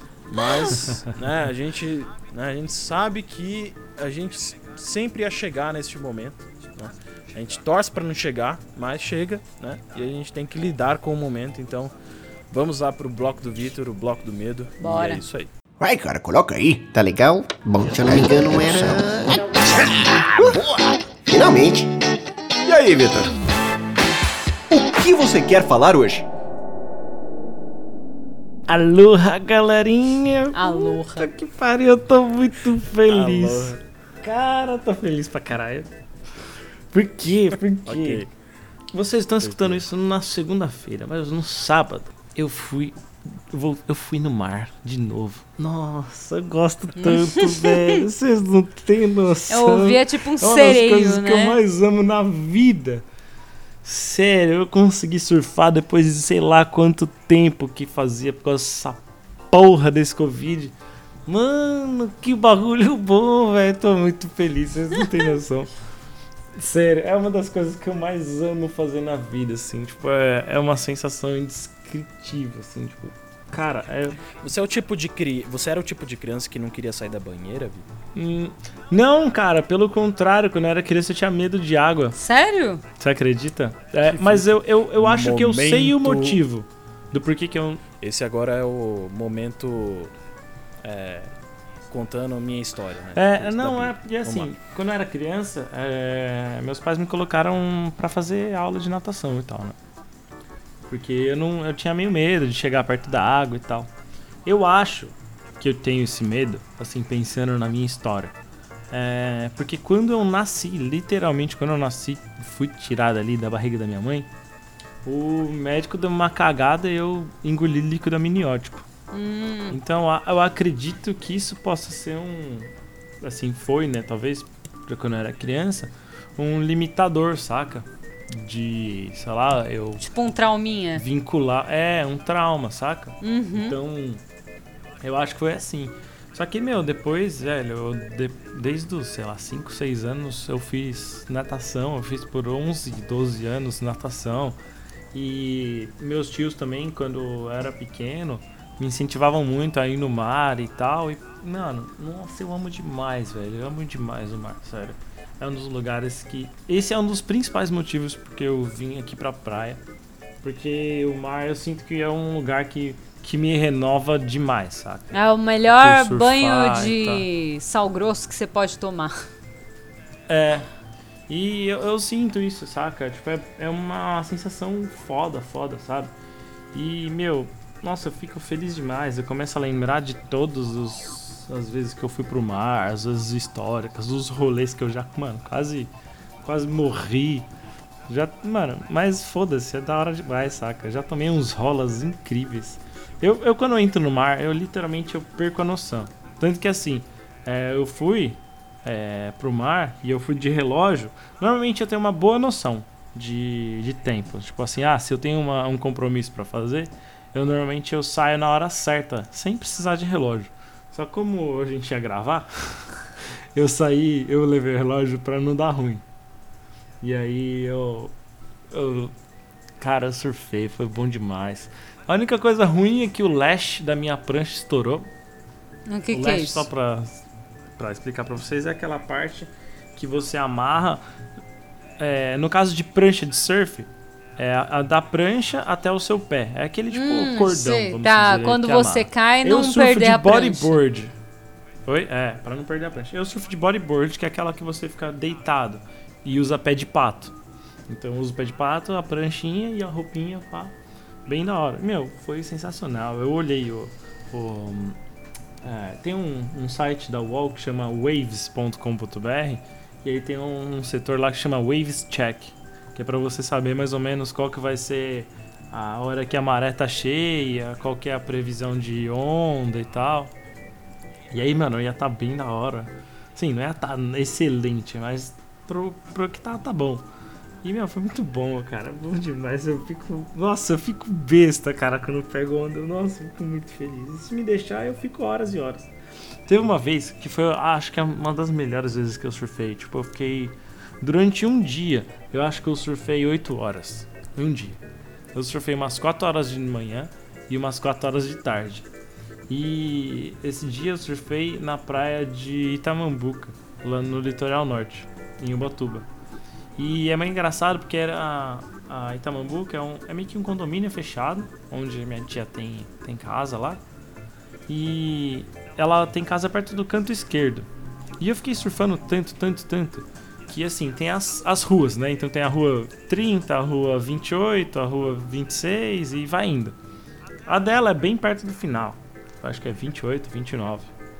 Mas, né, a gente, né, a gente sabe que a gente sempre ia chegar nesse momento, né? A gente torce pra não chegar, mas chega, né? E a gente tem que lidar com o momento, então... Vamos lá pro bloco do Vitor, o bloco do medo. Bora. E é isso aí. Vai, cara, coloca aí. Tá legal? Bom, se eu não me engano, era... Boa! Finalmente! E aí, Vitor? O que você quer falar hoje? Aloha, galerinha. Aloha. Puta que pariu, eu tô muito feliz. Aloha. Cara, eu tô feliz pra caralho. Por quê? Por quê? Ok. Vocês estão escutando isso na segunda-feira, mas no sábado eu fui eu, vou, eu fui no mar de novo. Nossa, eu gosto tanto, velho. Vocês não têm noção. Eu ouvia tipo um É uma das sereio, coisas né? que eu mais amo na vida. Sério, eu consegui surfar depois de sei lá quanto tempo que fazia por causa dessa porra desse Covid. Mano, que bagulho bom, velho. Tô muito feliz, vocês não têm noção. Sério, é uma das coisas que eu mais amo fazer na vida, assim. Tipo, é, é uma sensação indescritível, assim, tipo... Cara, é... Você é o tipo de cri... Você era o tipo de criança que não queria sair da banheira, Vitor? Hum, não, cara, pelo contrário, quando eu era criança eu tinha medo de água. Sério? Você acredita? É, mas eu, eu, eu acho que eu sei o Momento- motivo do porquê que eu... Esse agora é o momento é, contando minha história, né? É, Da não, Bíblia. é porque Vamos assim, lá. quando eu era criança, é, meus pais me colocaram pra fazer aula de natação e tal, né? Porque eu não, eu tinha meio medo de chegar perto da água e tal. Eu acho que eu tenho esse medo, assim, pensando na minha história. É, porque quando eu nasci, literalmente quando eu nasci, fui tirado ali da barriga da minha mãe, o médico deu uma cagada e eu engoli líquido amniótico. Hum. Então a- eu acredito que isso possa ser um... Assim, foi, né? Talvez, pra quando eu era criança, um limitador, saca? De, sei lá, eu Tipo um trauminha. vincular... É, um trauma, saca? Uhum. Então, eu acho que foi assim. Só que, meu, depois, velho, eu de- desde os, sei lá, cinco, seis anos eu fiz natação. Eu fiz por onze, doze anos natação. E meus tios também, quando eu era pequeno, me incentivavam muito a ir no mar e tal. E, mano, nossa, eu amo demais, velho. Eu amo demais o mar, sério. É um dos lugares que... Esse é um dos principais motivos porque eu vim aqui pra praia. Porque o mar eu sinto que é um lugar que, que me renova demais, saca? É o melhor Por surfar banho e de sal grosso que você pode tomar. É, e eu, eu sinto isso, saca? Tipo, é, é uma sensação foda, foda, sabe? E, meu, nossa, eu fico feliz demais. Eu começo a lembrar de todas as vezes que eu fui pro mar, as vezes históricas, dos rolês que eu já, mano, quase, quase morri. Já, mano, mas foda-se, é da hora demais, saca? Já tomei uns rolas incríveis. Eu, eu quando eu entro no mar, eu literalmente eu perco a noção. Tanto que assim, é, eu fui é, pro mar e eu fui de relógio. Normalmente eu tenho uma boa noção de, de tempo. Tipo assim, ah, se eu tenho uma, um compromisso pra fazer, eu normalmente eu saio na hora certa, sem precisar de relógio. Só como a gente ia gravar, eu saí, eu levei o relógio pra não dar ruim. E aí eu, eu... Cara, eu surfei, foi bom demais. A única coisa ruim é que o lash da minha prancha estourou. O que, o que lash, é isso? só pra, pra explicar pra vocês, é aquela parte que você amarra... É, no caso de prancha de surf, é a, a da prancha até o seu pé. É aquele tipo Hum, cordão, sei. vamos Tá, dizer, quando que você amarra. cai, Eu não surfo perder de a prancha. bodyboard. Oi? É, pra não perder a prancha. Eu surfo de bodyboard, que é aquela que você fica deitado e usa pé de pato. Então eu uso o pé de pato, a pranchinha e a roupinha, pá, bem da hora. Meu, foi sensacional. Eu olhei o... o é, tem um, um site da U O L que chama waves ponto com ponto b r e aí tem um, um setor lá que chama Waves Check, que é pra você saber mais ou menos qual que vai ser a hora que a maré tá cheia, qual que é a previsão de onda e tal. E aí, mano, ia tá bem da hora. Sim, não ia tá excelente, mas pro, pro que tá, tá bom. E, meu, foi muito bom, cara. Bom demais. Eu fico... Nossa, eu fico besta, cara, quando eu pego onda. Nossa, eu fico muito feliz. E se me deixar, eu fico horas e horas. Teve uma vez que foi, acho que é uma das melhores vezes que eu surfei. Tipo, eu fiquei... Durante um dia, eu acho que eu surfei oito horas. Um dia. Eu surfei umas quatro horas de manhã e umas quatro horas de tarde. E esse dia eu surfei na praia de Itamambuca, lá no litoral norte, em Ubatuba. E é mais engraçado porque era a, a Itamambuca é, um, é meio que um condomínio fechado, onde minha tia tem, tem casa lá. E ela tem casa perto do canto esquerdo. E eu fiquei surfando tanto, tanto, tanto, que assim, tem as, as ruas, né? Então tem a rua trinta, a rua vinte e oito, a rua vinte e seis e vai indo. A dela é bem perto do final, eu acho que é vinte e oito, vinte e nove.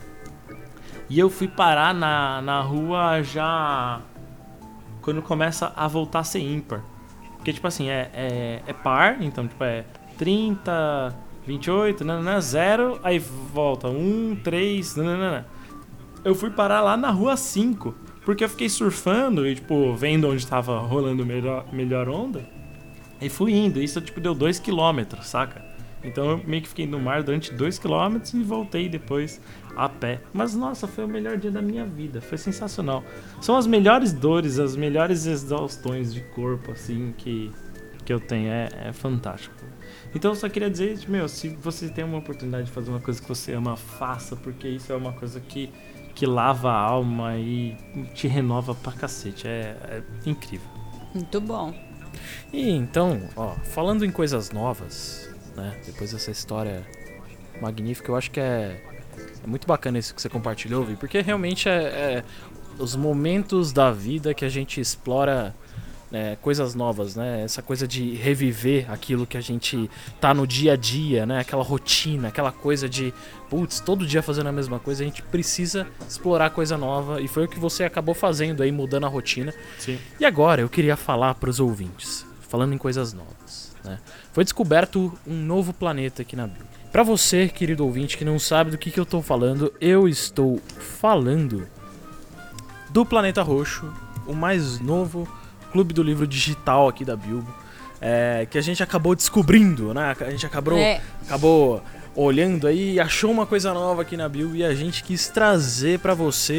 E eu fui parar na, na rua já... quando começa a voltar a ser ímpar. Porque, tipo assim, é, é, é par, então, tipo, é trinta, vinte e oito, nanana, zero, aí volta um, três, nanana. Eu fui parar lá na rua cinco, porque eu fiquei surfando e, tipo, vendo onde tava rolando melhor, melhor onda, e fui indo. Isso, tipo, deu dois quilômetros, saca? Então eu meio que fiquei no mar durante dois quilômetros e voltei depois a pé. Mas nossa, foi o melhor dia da minha vida. Foi sensacional. São as melhores dores, as melhores exaustões de corpo, assim, que, que eu tenho. É, é fantástico. Então eu só queria dizer, meu, se você tem uma oportunidade de fazer uma coisa que você ama, faça, porque isso é uma coisa que, que lava a alma e te renova pra cacete. É, é incrível. Muito bom. E então, ó, falando em coisas novas, né? Depois dessa história magnífica, eu acho que é, é muito bacana isso que você compartilhou, Vi, porque realmente é, é os momentos da vida que a gente explora, né, coisas novas, né? Essa coisa de reviver aquilo que a gente tá no dia a dia, né? Aquela rotina, aquela coisa de, putz, todo dia fazendo a mesma coisa, a gente precisa explorar coisa nova, e foi o que você acabou fazendo aí, mudando a rotina. Sim. E agora eu queria falar pros ouvintes, falando em coisas novas, né? Foi descoberto um novo planeta aqui na Bíblia. Pra você, querido ouvinte, que não sabe do que, que eu tô falando, eu estou falando do Planeta Roxo, o mais novo clube do livro digital aqui da Bilbo, é, que a gente acabou descobrindo, né? A gente acabou, É. acabou olhando aí e achou uma coisa nova aqui na Bilbo, e a gente quis trazer pra você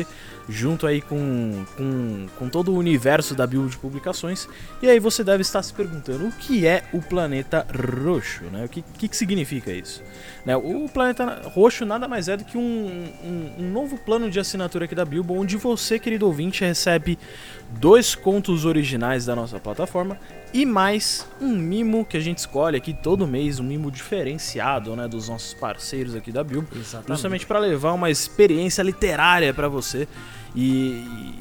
junto aí com, com, com todo o universo da Bilbo de publicações. E aí você deve estar se perguntando o que é o Planeta Roxo, né? O que, que, que significa isso? Né? O Planeta Roxo nada mais é do que um, um, um novo plano de assinatura aqui da Bilbo, onde você, querido ouvinte, recebe dois contos originais da nossa plataforma e mais um mimo que a gente escolhe aqui todo mês, um mimo diferenciado, né, dos nossos parceiros aqui da Bilbo, Exatamente. justamente para levar uma experiência literária para você e,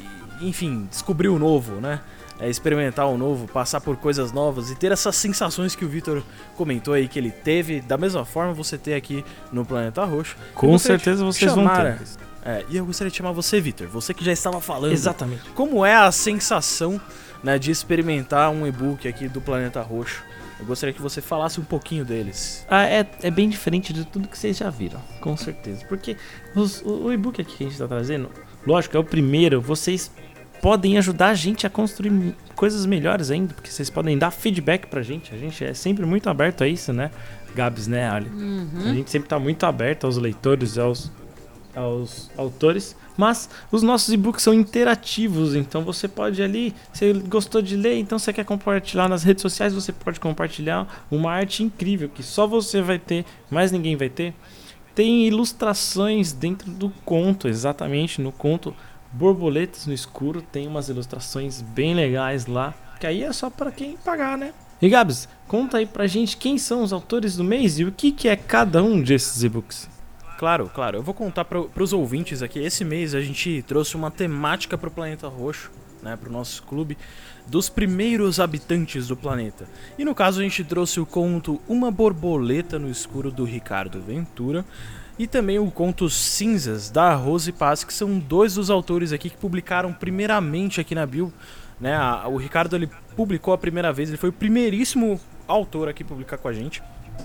enfim, descobrir o novo, né? É, experimentar o novo, passar por coisas novas e ter essas sensações que o Vitor comentou aí que ele teve, da mesma forma você ter aqui no Planeta Roxo. Com certeza vocês chamar, vão ter. É, e eu gostaria de chamar você, Vitor, você que já estava falando. Exatamente. Como é a sensação, né, de experimentar um e-book aqui do Planeta Roxo? Eu gostaria que você falasse um pouquinho deles. Ah, é, é bem diferente de tudo que vocês já viram, com certeza. Porque os, o, o e-book aqui que a gente está trazendo, lógico, é o primeiro, vocês podem ajudar a gente a construir coisas melhores ainda, porque vocês podem dar feedback pra gente. A gente é sempre muito aberto a isso, né, Gabs, né, Ali? Uhum. A gente sempre tá muito aberto aos leitores, aos, aos autores, mas os nossos e-books são interativos, então você pode ali, você gostou de ler, então você quer compartilhar nas redes sociais, você pode compartilhar uma arte incrível que só você vai ter, mais ninguém vai ter. Tem ilustrações dentro do conto, exatamente no conto Borboletas no Escuro, tem umas ilustrações bem legais lá, que aí é só para quem pagar, né? E Gabs, conta aí pra gente quem são os autores do mês e o que, que é cada um desses e-books. Claro, claro. Eu vou contar para os ouvintes aqui. Esse mês a gente trouxe uma temática para o Planeta Roxo, né, para o nosso clube, dos primeiros habitantes do planeta. E no caso a gente trouxe o conto Uma Borboleta no Escuro, do Ricardo Ventura, e também o conto Cinzas, da Rose Paz, que são dois dos autores aqui que publicaram primeiramente aqui na Bilbo. Né? A, o Ricardo ele publicou a primeira vez, ele foi o primeiríssimo autor aqui a publicar com a gente.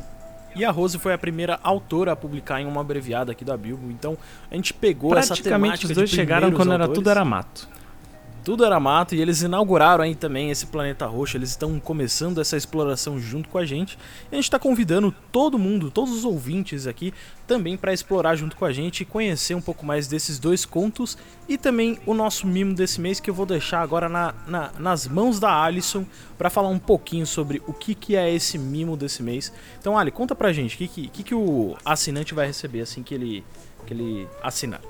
E a Rose foi a primeira autora a publicar em uma abreviada aqui da Bilbo. Então a gente pegou essa temática. Praticamente os dois chegaram quando era, tudo era mato. Tudo era mato, e eles inauguraram aí também esse Planeta Roxo. Eles estão começando essa exploração junto com a gente. E a gente está convidando todo mundo, todos os ouvintes aqui, também para explorar junto com a gente e conhecer um pouco mais desses dois contos. E também o nosso mimo desse mês, que eu vou deixar agora na, na, nas mãos da Alisson para falar um pouquinho sobre o que, que é esse mimo desse mês. Então, Ali, conta pra gente, o que, que, que, que o assinante vai receber assim que ele, que ele assinar.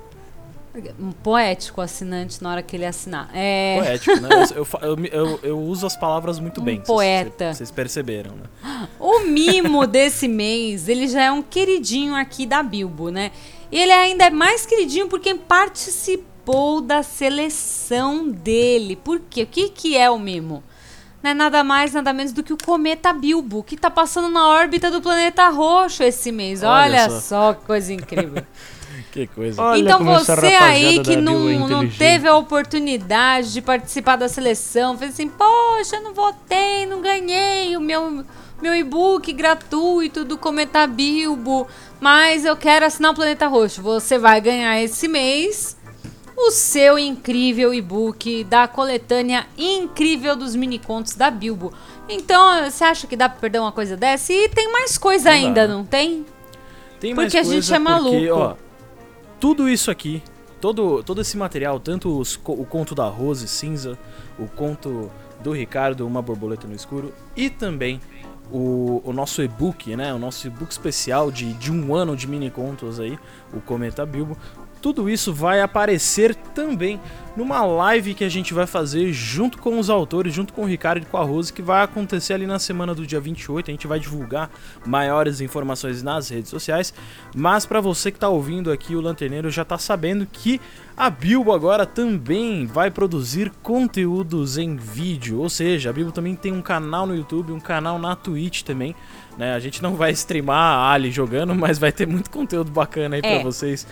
Um poético assinante na hora que ele assinar. É... Poético, né? Eu, eu, eu, eu uso as palavras muito Um bem. poeta. Vocês perceberam, né? O mimo desse mês, ele já é um queridinho aqui da Bilbo, né? E ele ainda é mais queridinho por quem participou da seleção dele. Por quê? O que, que é o mimo? Não é nada mais, nada menos do que o cometa Bilbo, que tá passando na órbita do Planeta Roxo esse mês. Olha, Olha só. só que coisa incrível. Que coisa. Olha Então como essa você rapaziada aí que da não, Bilbo é não inteligente. teve a oportunidade de participar da seleção, fez assim, poxa, eu não votei, não ganhei o meu, meu e-book gratuito do Cometa Bilbo, mas eu quero assinar o Planeta Roxo. Você vai ganhar esse mês o seu incrível e-book da coletânea incrível dos minicontos da Bilbo. Então, você acha que dá pra perder uma coisa dessa? E tem mais coisa Não ainda, dá. não tem? Tem Porque a gente coisa é maluco. Porque, ó, tudo isso aqui, todo, todo esse material, tanto os, o conto da Rose Cinza, o conto do Ricardo, Uma Borboleta no Escuro, e também o, o nosso e-book, né? O nosso e-book especial de, de um ano de mini contos aí, o Cometa Bilbo. Tudo isso vai aparecer também numa live que a gente vai fazer junto com os autores, junto com o Ricardo e com a Rose, que vai acontecer ali na semana do dia vinte e oito. A gente vai divulgar maiores informações nas redes sociais. Mas para você que está ouvindo aqui o Lanterneiro, já está sabendo que a Bilbo agora também vai produzir conteúdos em vídeo. Ou seja, a Bilbo também tem um canal no YouTube, um canal na Twitch também. Né? A gente não vai streamar a Ali jogando, mas vai ter muito conteúdo bacana aí É. para vocês.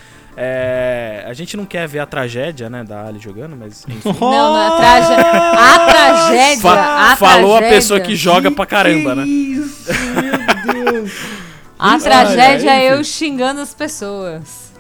É, a gente não quer ver a tragédia, né, da Ali jogando, mas enfim. Não, não é trage... a tragédia. Fa- a falou tragédia, a pessoa que joga pra caramba, né? Isso, meu Deus. A tragédia Olha, é eu enfim. xingando as pessoas.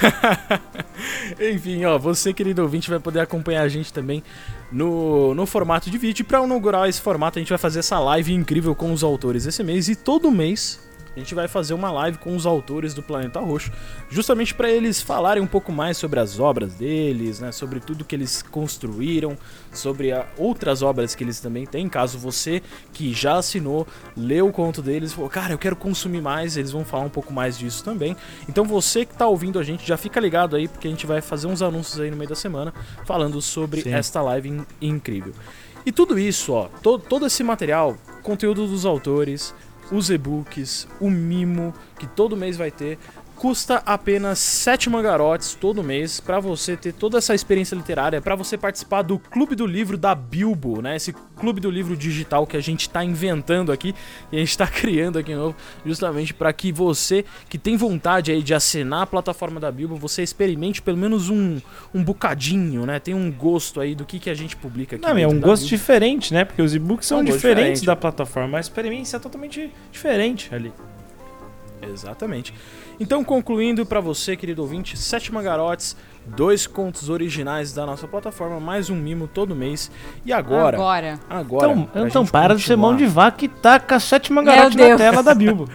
Enfim, ó, você, querido ouvinte, vai poder acompanhar a gente também no, no formato de vídeo. E pra inaugurar esse formato, a gente vai fazer essa live incrível com os autores esse mês. E todo mês, a gente vai fazer uma live com os autores do Planeta Roxo, justamente para eles falarem um pouco mais sobre as obras deles, né, sobre tudo que eles construíram, sobre a, outras obras que eles também têm. Caso você que já assinou, leu o conto deles, falou, cara, eu quero consumir mais, eles vão falar um pouco mais disso também. Então você que tá ouvindo a gente, já fica ligado aí, porque a gente vai fazer uns anúncios aí no meio da semana, falando sobre Sim. esta live in- incrível. E tudo isso, ó, to- todo esse material, conteúdo dos autores, os e-books, o mimo, que todo mês vai ter, custa apenas sete mangarotes todo mês para você ter toda essa experiência literária, para você participar do Clube do Livro da Bilbo, né? Esse Clube do Livro digital que a gente está inventando aqui e a gente está criando aqui novo, justamente para que você que tem vontade aí de assinar a plataforma da Bilbo, você experimente pelo menos um, um bocadinho, né? Tem um gosto aí do que, que a gente publica aqui. Não, é dentro um da gosto Bilbo. diferente, né? Porque os e-books são É um gosto diferentes diferente. da plataforma. A experiência é totalmente diferente ali. Exatamente. Então, concluindo para você, querido ouvinte, sete mangarotes, dois contos originais da nossa plataforma, mais um mimo todo mês. E agora... Agora. Agora, Então, pra então gente para de ser continuar. mão de vaca e taca sete mangarotes Meu na Deus. tela da Bilbo.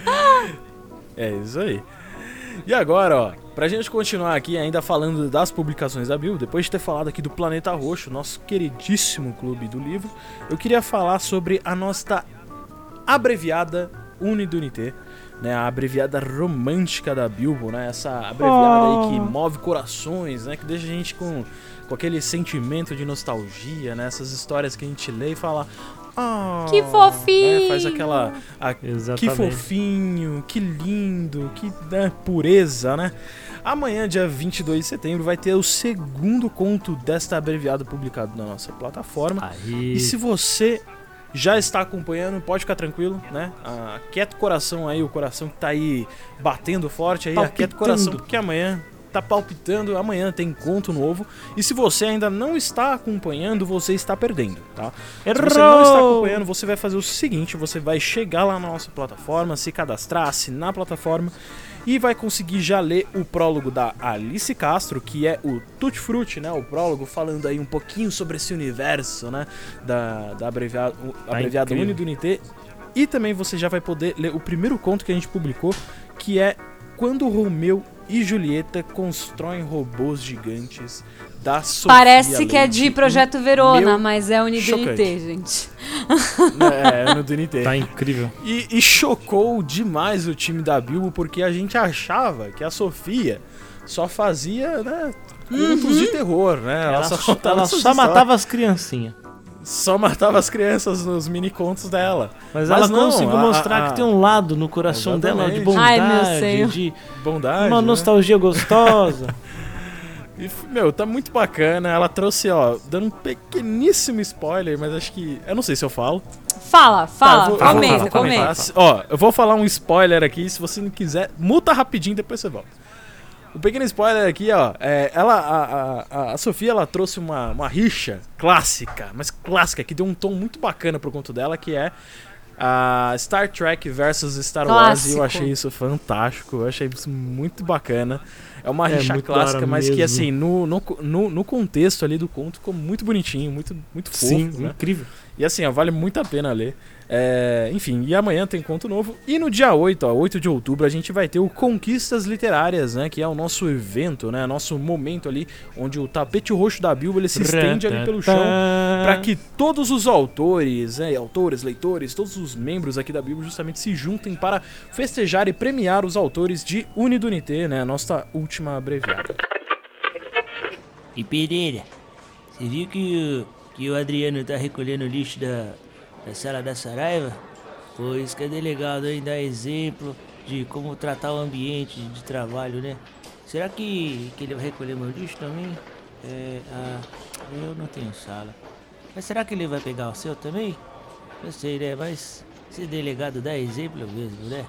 É isso aí. E agora, ó, pra gente continuar aqui ainda falando das publicações da Bilbo, depois de ter falado aqui do Planeta Roxo, nosso queridíssimo clube do livro, eu queria falar sobre a nossa abreviada Unidunité, né, a abreviada romântica da Bilbo, né, essa abreviada aí que move corações, né, que deixa a gente com, com aquele sentimento de nostalgia, né, essas histórias que a gente lê e fala... "Ah", Que fofinho! né, faz aquela... a- que Exatamente. fofinho, que lindo, que né, pureza, né? Amanhã, dia vinte e dois de setembro, vai ter o segundo conto desta abreviada publicado na nossa plataforma. Aí. E se você já está acompanhando, pode ficar tranquilo, né? Aquieta o coração aí, o coração que tá aí batendo forte aí, aquieta o coração, Palpitando. porque amanhã tá palpitando, amanhã tem conto novo. E se você ainda não está acompanhando, você está perdendo, tá? Se você não está Errou! acompanhando, você vai fazer o seguinte, você vai chegar lá na nossa plataforma, se cadastrar, assinar a plataforma e vai conseguir já ler o prólogo da Alice Castro, que é o Tutti Frutti, né? O prólogo falando aí um pouquinho sobre esse universo, né? Da, da abreviada, abreviada incrível. Unidunité. E também você já vai poder ler o primeiro conto que a gente publicou, que é Quando Romeu e Julieta constroem robôs gigantes, da Sofia Parece que é de Leite. Projeto Verona, Meu mas é Unidunité, chocante. gente. É, Unidunité. Tá incrível. E, e chocou demais o time da Bilbo, porque a gente achava que a Sofia só fazia, né, contos de terror, né? Ela, Ela, só, só, contava ela essas só histórias. matava as criancinhas. Só matava as crianças nos mini contos dela. Mas, Mas ela não, conseguiu a- mostrar a- que tem um lado no coração dela de Exatamente. bondade, Ai, meu Senhor. de Bondade. uma né? nostalgia gostosa. E, meu, tá muito bacana. Ela trouxe, ó, dando um pequeníssimo spoiler, mas acho que. Eu não sei se eu falo. Fala, fala, Tá, eu vou- eu vou comenta, falar, comenta. fala, Ó, eu vou falar um spoiler aqui. Se você não quiser, muta rapidinho, depois você volta. O pequeno spoiler aqui, ó, é, ela, a, a, a Sofia, ela trouxe uma, uma rixa clássica, mas clássica, que deu um tom muito bacana pro conto dela, que é a Star Trek versus Star Wars, e eu Clássico. achei isso fantástico, eu achei isso muito bacana. É uma É rixa muito da clássica, hora mas que mesmo. assim, no, no, no, no contexto ali do conto, ficou muito bonitinho, muito, muito fofo, Sim, né? incrível. E assim, ó, vale muito a pena ler. É, enfim, e amanhã tem conto novo. E no dia oito, ó, oito de outubro, a gente vai ter o Conquistas Literárias, né? Que é o nosso evento, né? Nosso momento ali, onde o tapete roxo da Bilbo, ele se estende ali pelo chão, para que todos os autores, né, autores, leitores, todos os membros aqui da Bilbo justamente se juntem para festejar e premiar os autores de Unidunité, né? A nossa última abreviada. E Pereira, você viu que o, que o Adriano tá recolhendo o lixo da, da sala da Saraiva? Pois que é delegado aí dar exemplo de como tratar o ambiente de trabalho, né? Será que, que ele vai recolher meu lixo também? É, ah, eu não tenho sala. Mas será que ele vai pegar o seu também? Eu sei, né? Mas se delegado dá exemplo mesmo, né?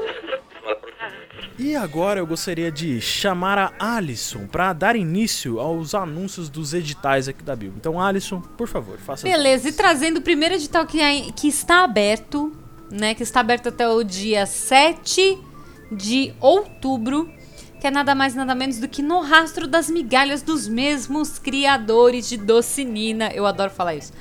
E agora eu gostaria de chamar a Alisson para dar início aos anúncios dos editais aqui da Bilbo. Então, Alisson, por favor, faça as Beleza, e trazendo o primeiro edital que, ai- que está aberto, né? Que está aberto até o dia sete de outubro, que é nada mais nada menos do que No Rastro das Migalhas dos mesmos criadores de Docinina. Eu adoro falar isso.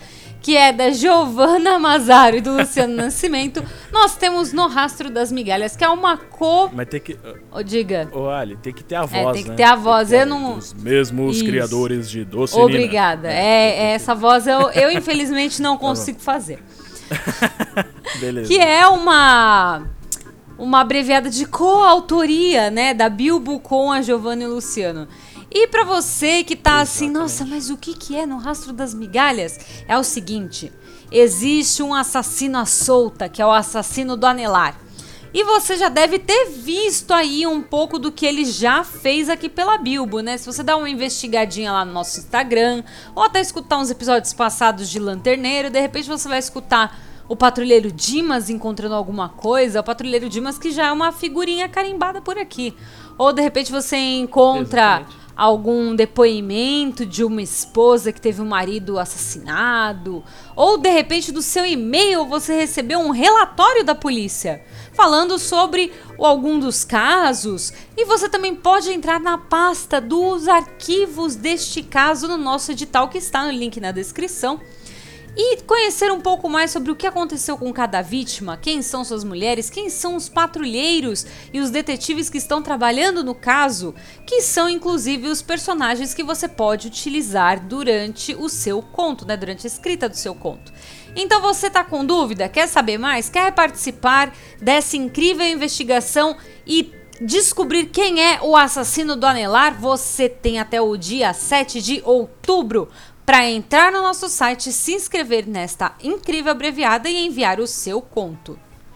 que é da Giovanna Mazaro e do Luciano Nascimento, nós temos No Rastro das Migalhas, que é uma co... Mas tem que... Oh, diga. Ô, Ali, tem que ter a voz, É, né? tem que ter a voz. Tem que Eu ter não... Os mesmos Isso. criadores de Doce Nina. Obrigada. É, é essa voz eu, eu infelizmente não consigo fazer. Beleza. Que é uma... uma abreviada de coautoria, né, da Bilbo com a Giovanna e o Luciano. E pra você que tá assim, nossa, mas o que que é No Rastro das Migalhas? É o seguinte, existe um assassino à solta, que é o assassino do Anelar. E você já deve ter visto aí um pouco do que ele já fez aqui pela Bilbo, né? Se você dá uma investigadinha lá no nosso Instagram, ou até escutar uns episódios passados de Lanterneiro, de repente você vai escutar o Patrulheiro Dimas encontrando alguma coisa, o Patrulheiro Dimas que já é uma figurinha carimbada por aqui. Ou de repente você encontra... Exatamente. algum depoimento de uma esposa que teve um marido assassinado, ou de repente do seu e-mail você recebeu um relatório da polícia falando sobre algum dos casos, e você também pode entrar na pasta dos arquivos deste caso no nosso edital que está no link na descrição e conhecer um pouco mais sobre o que aconteceu com cada vítima, quem são suas mulheres, quem são os patrulheiros e os detetives que estão trabalhando no caso, que são inclusive os personagens que você pode utilizar durante o seu conto, né, durante a escrita do seu conto. Então você tá com dúvida, quer saber mais, quer participar dessa incrível investigação e descobrir quem é o assassino do Anelar? Você tem até o dia sete de outubro para entrar no nosso site, se inscrever nesta incrível abreviada e enviar o seu conto.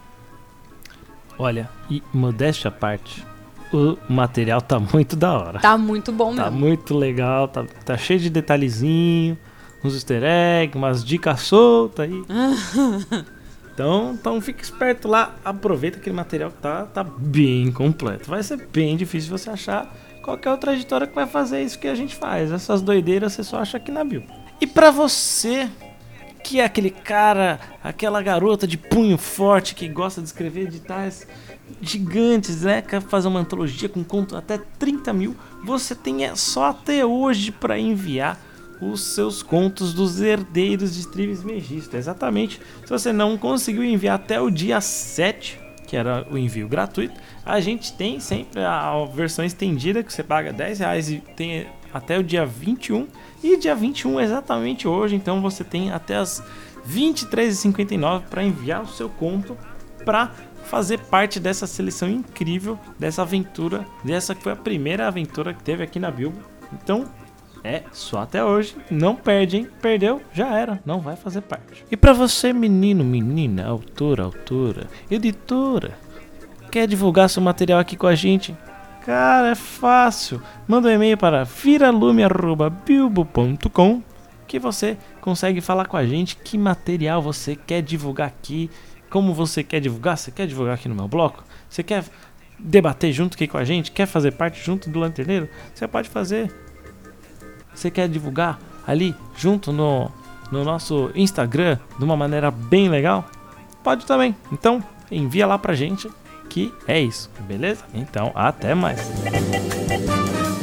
Olha, e modéstia à parte, o material tá muito da hora. Tá muito bom Tá mesmo. muito legal, tá, tá cheio de detalhezinho, uns easter eggs, umas dicas soltas aí. Então, então fica esperto lá, aproveita aquele material que tá, tá bem completo. Vai ser bem difícil você achar qualquer outra editora que vai fazer isso que a gente faz. Essas doideiras você só acha aqui na Bio. E pra você, que é aquele cara, aquela garota de punho forte que gosta de escrever editais gigantes, né? Quer fazer uma antologia com conto até trinta mil, você tem só até hoje para enviar os seus contos dos Herdeiros de Trismegisto. Exatamente. Se você não conseguiu enviar até o dia sete, que era o envio gratuito, a gente tem sempre a versão estendida, que você paga dez reais e tem até o dia vinte e um. E dia vinte e um exatamente hoje, então você tem até as vinte e três e cinquenta e nove para enviar o seu conto para fazer parte dessa seleção incrível, dessa aventura, dessa que foi a primeira aventura que teve aqui na Bilbo. Então, é só até hoje, não perde, hein? Perdeu, já era, não vai fazer parte. E pra você, menino, menina, autora, autora, editora, quer divulgar seu material aqui com a gente? Cara, é fácil. Manda um e-mail para viralume arroba bilbo ponto com que você consegue falar com a gente que material você quer divulgar aqui, como você quer divulgar. Você quer divulgar aqui no meu bloco? Você quer debater junto aqui com a gente? Quer fazer parte junto do Lanterneiro? Você pode fazer. Você quer divulgar ali junto no, no nosso Instagram de uma maneira bem legal? Pode também. Então, envia lá pra gente que é isso, beleza? Então, até mais.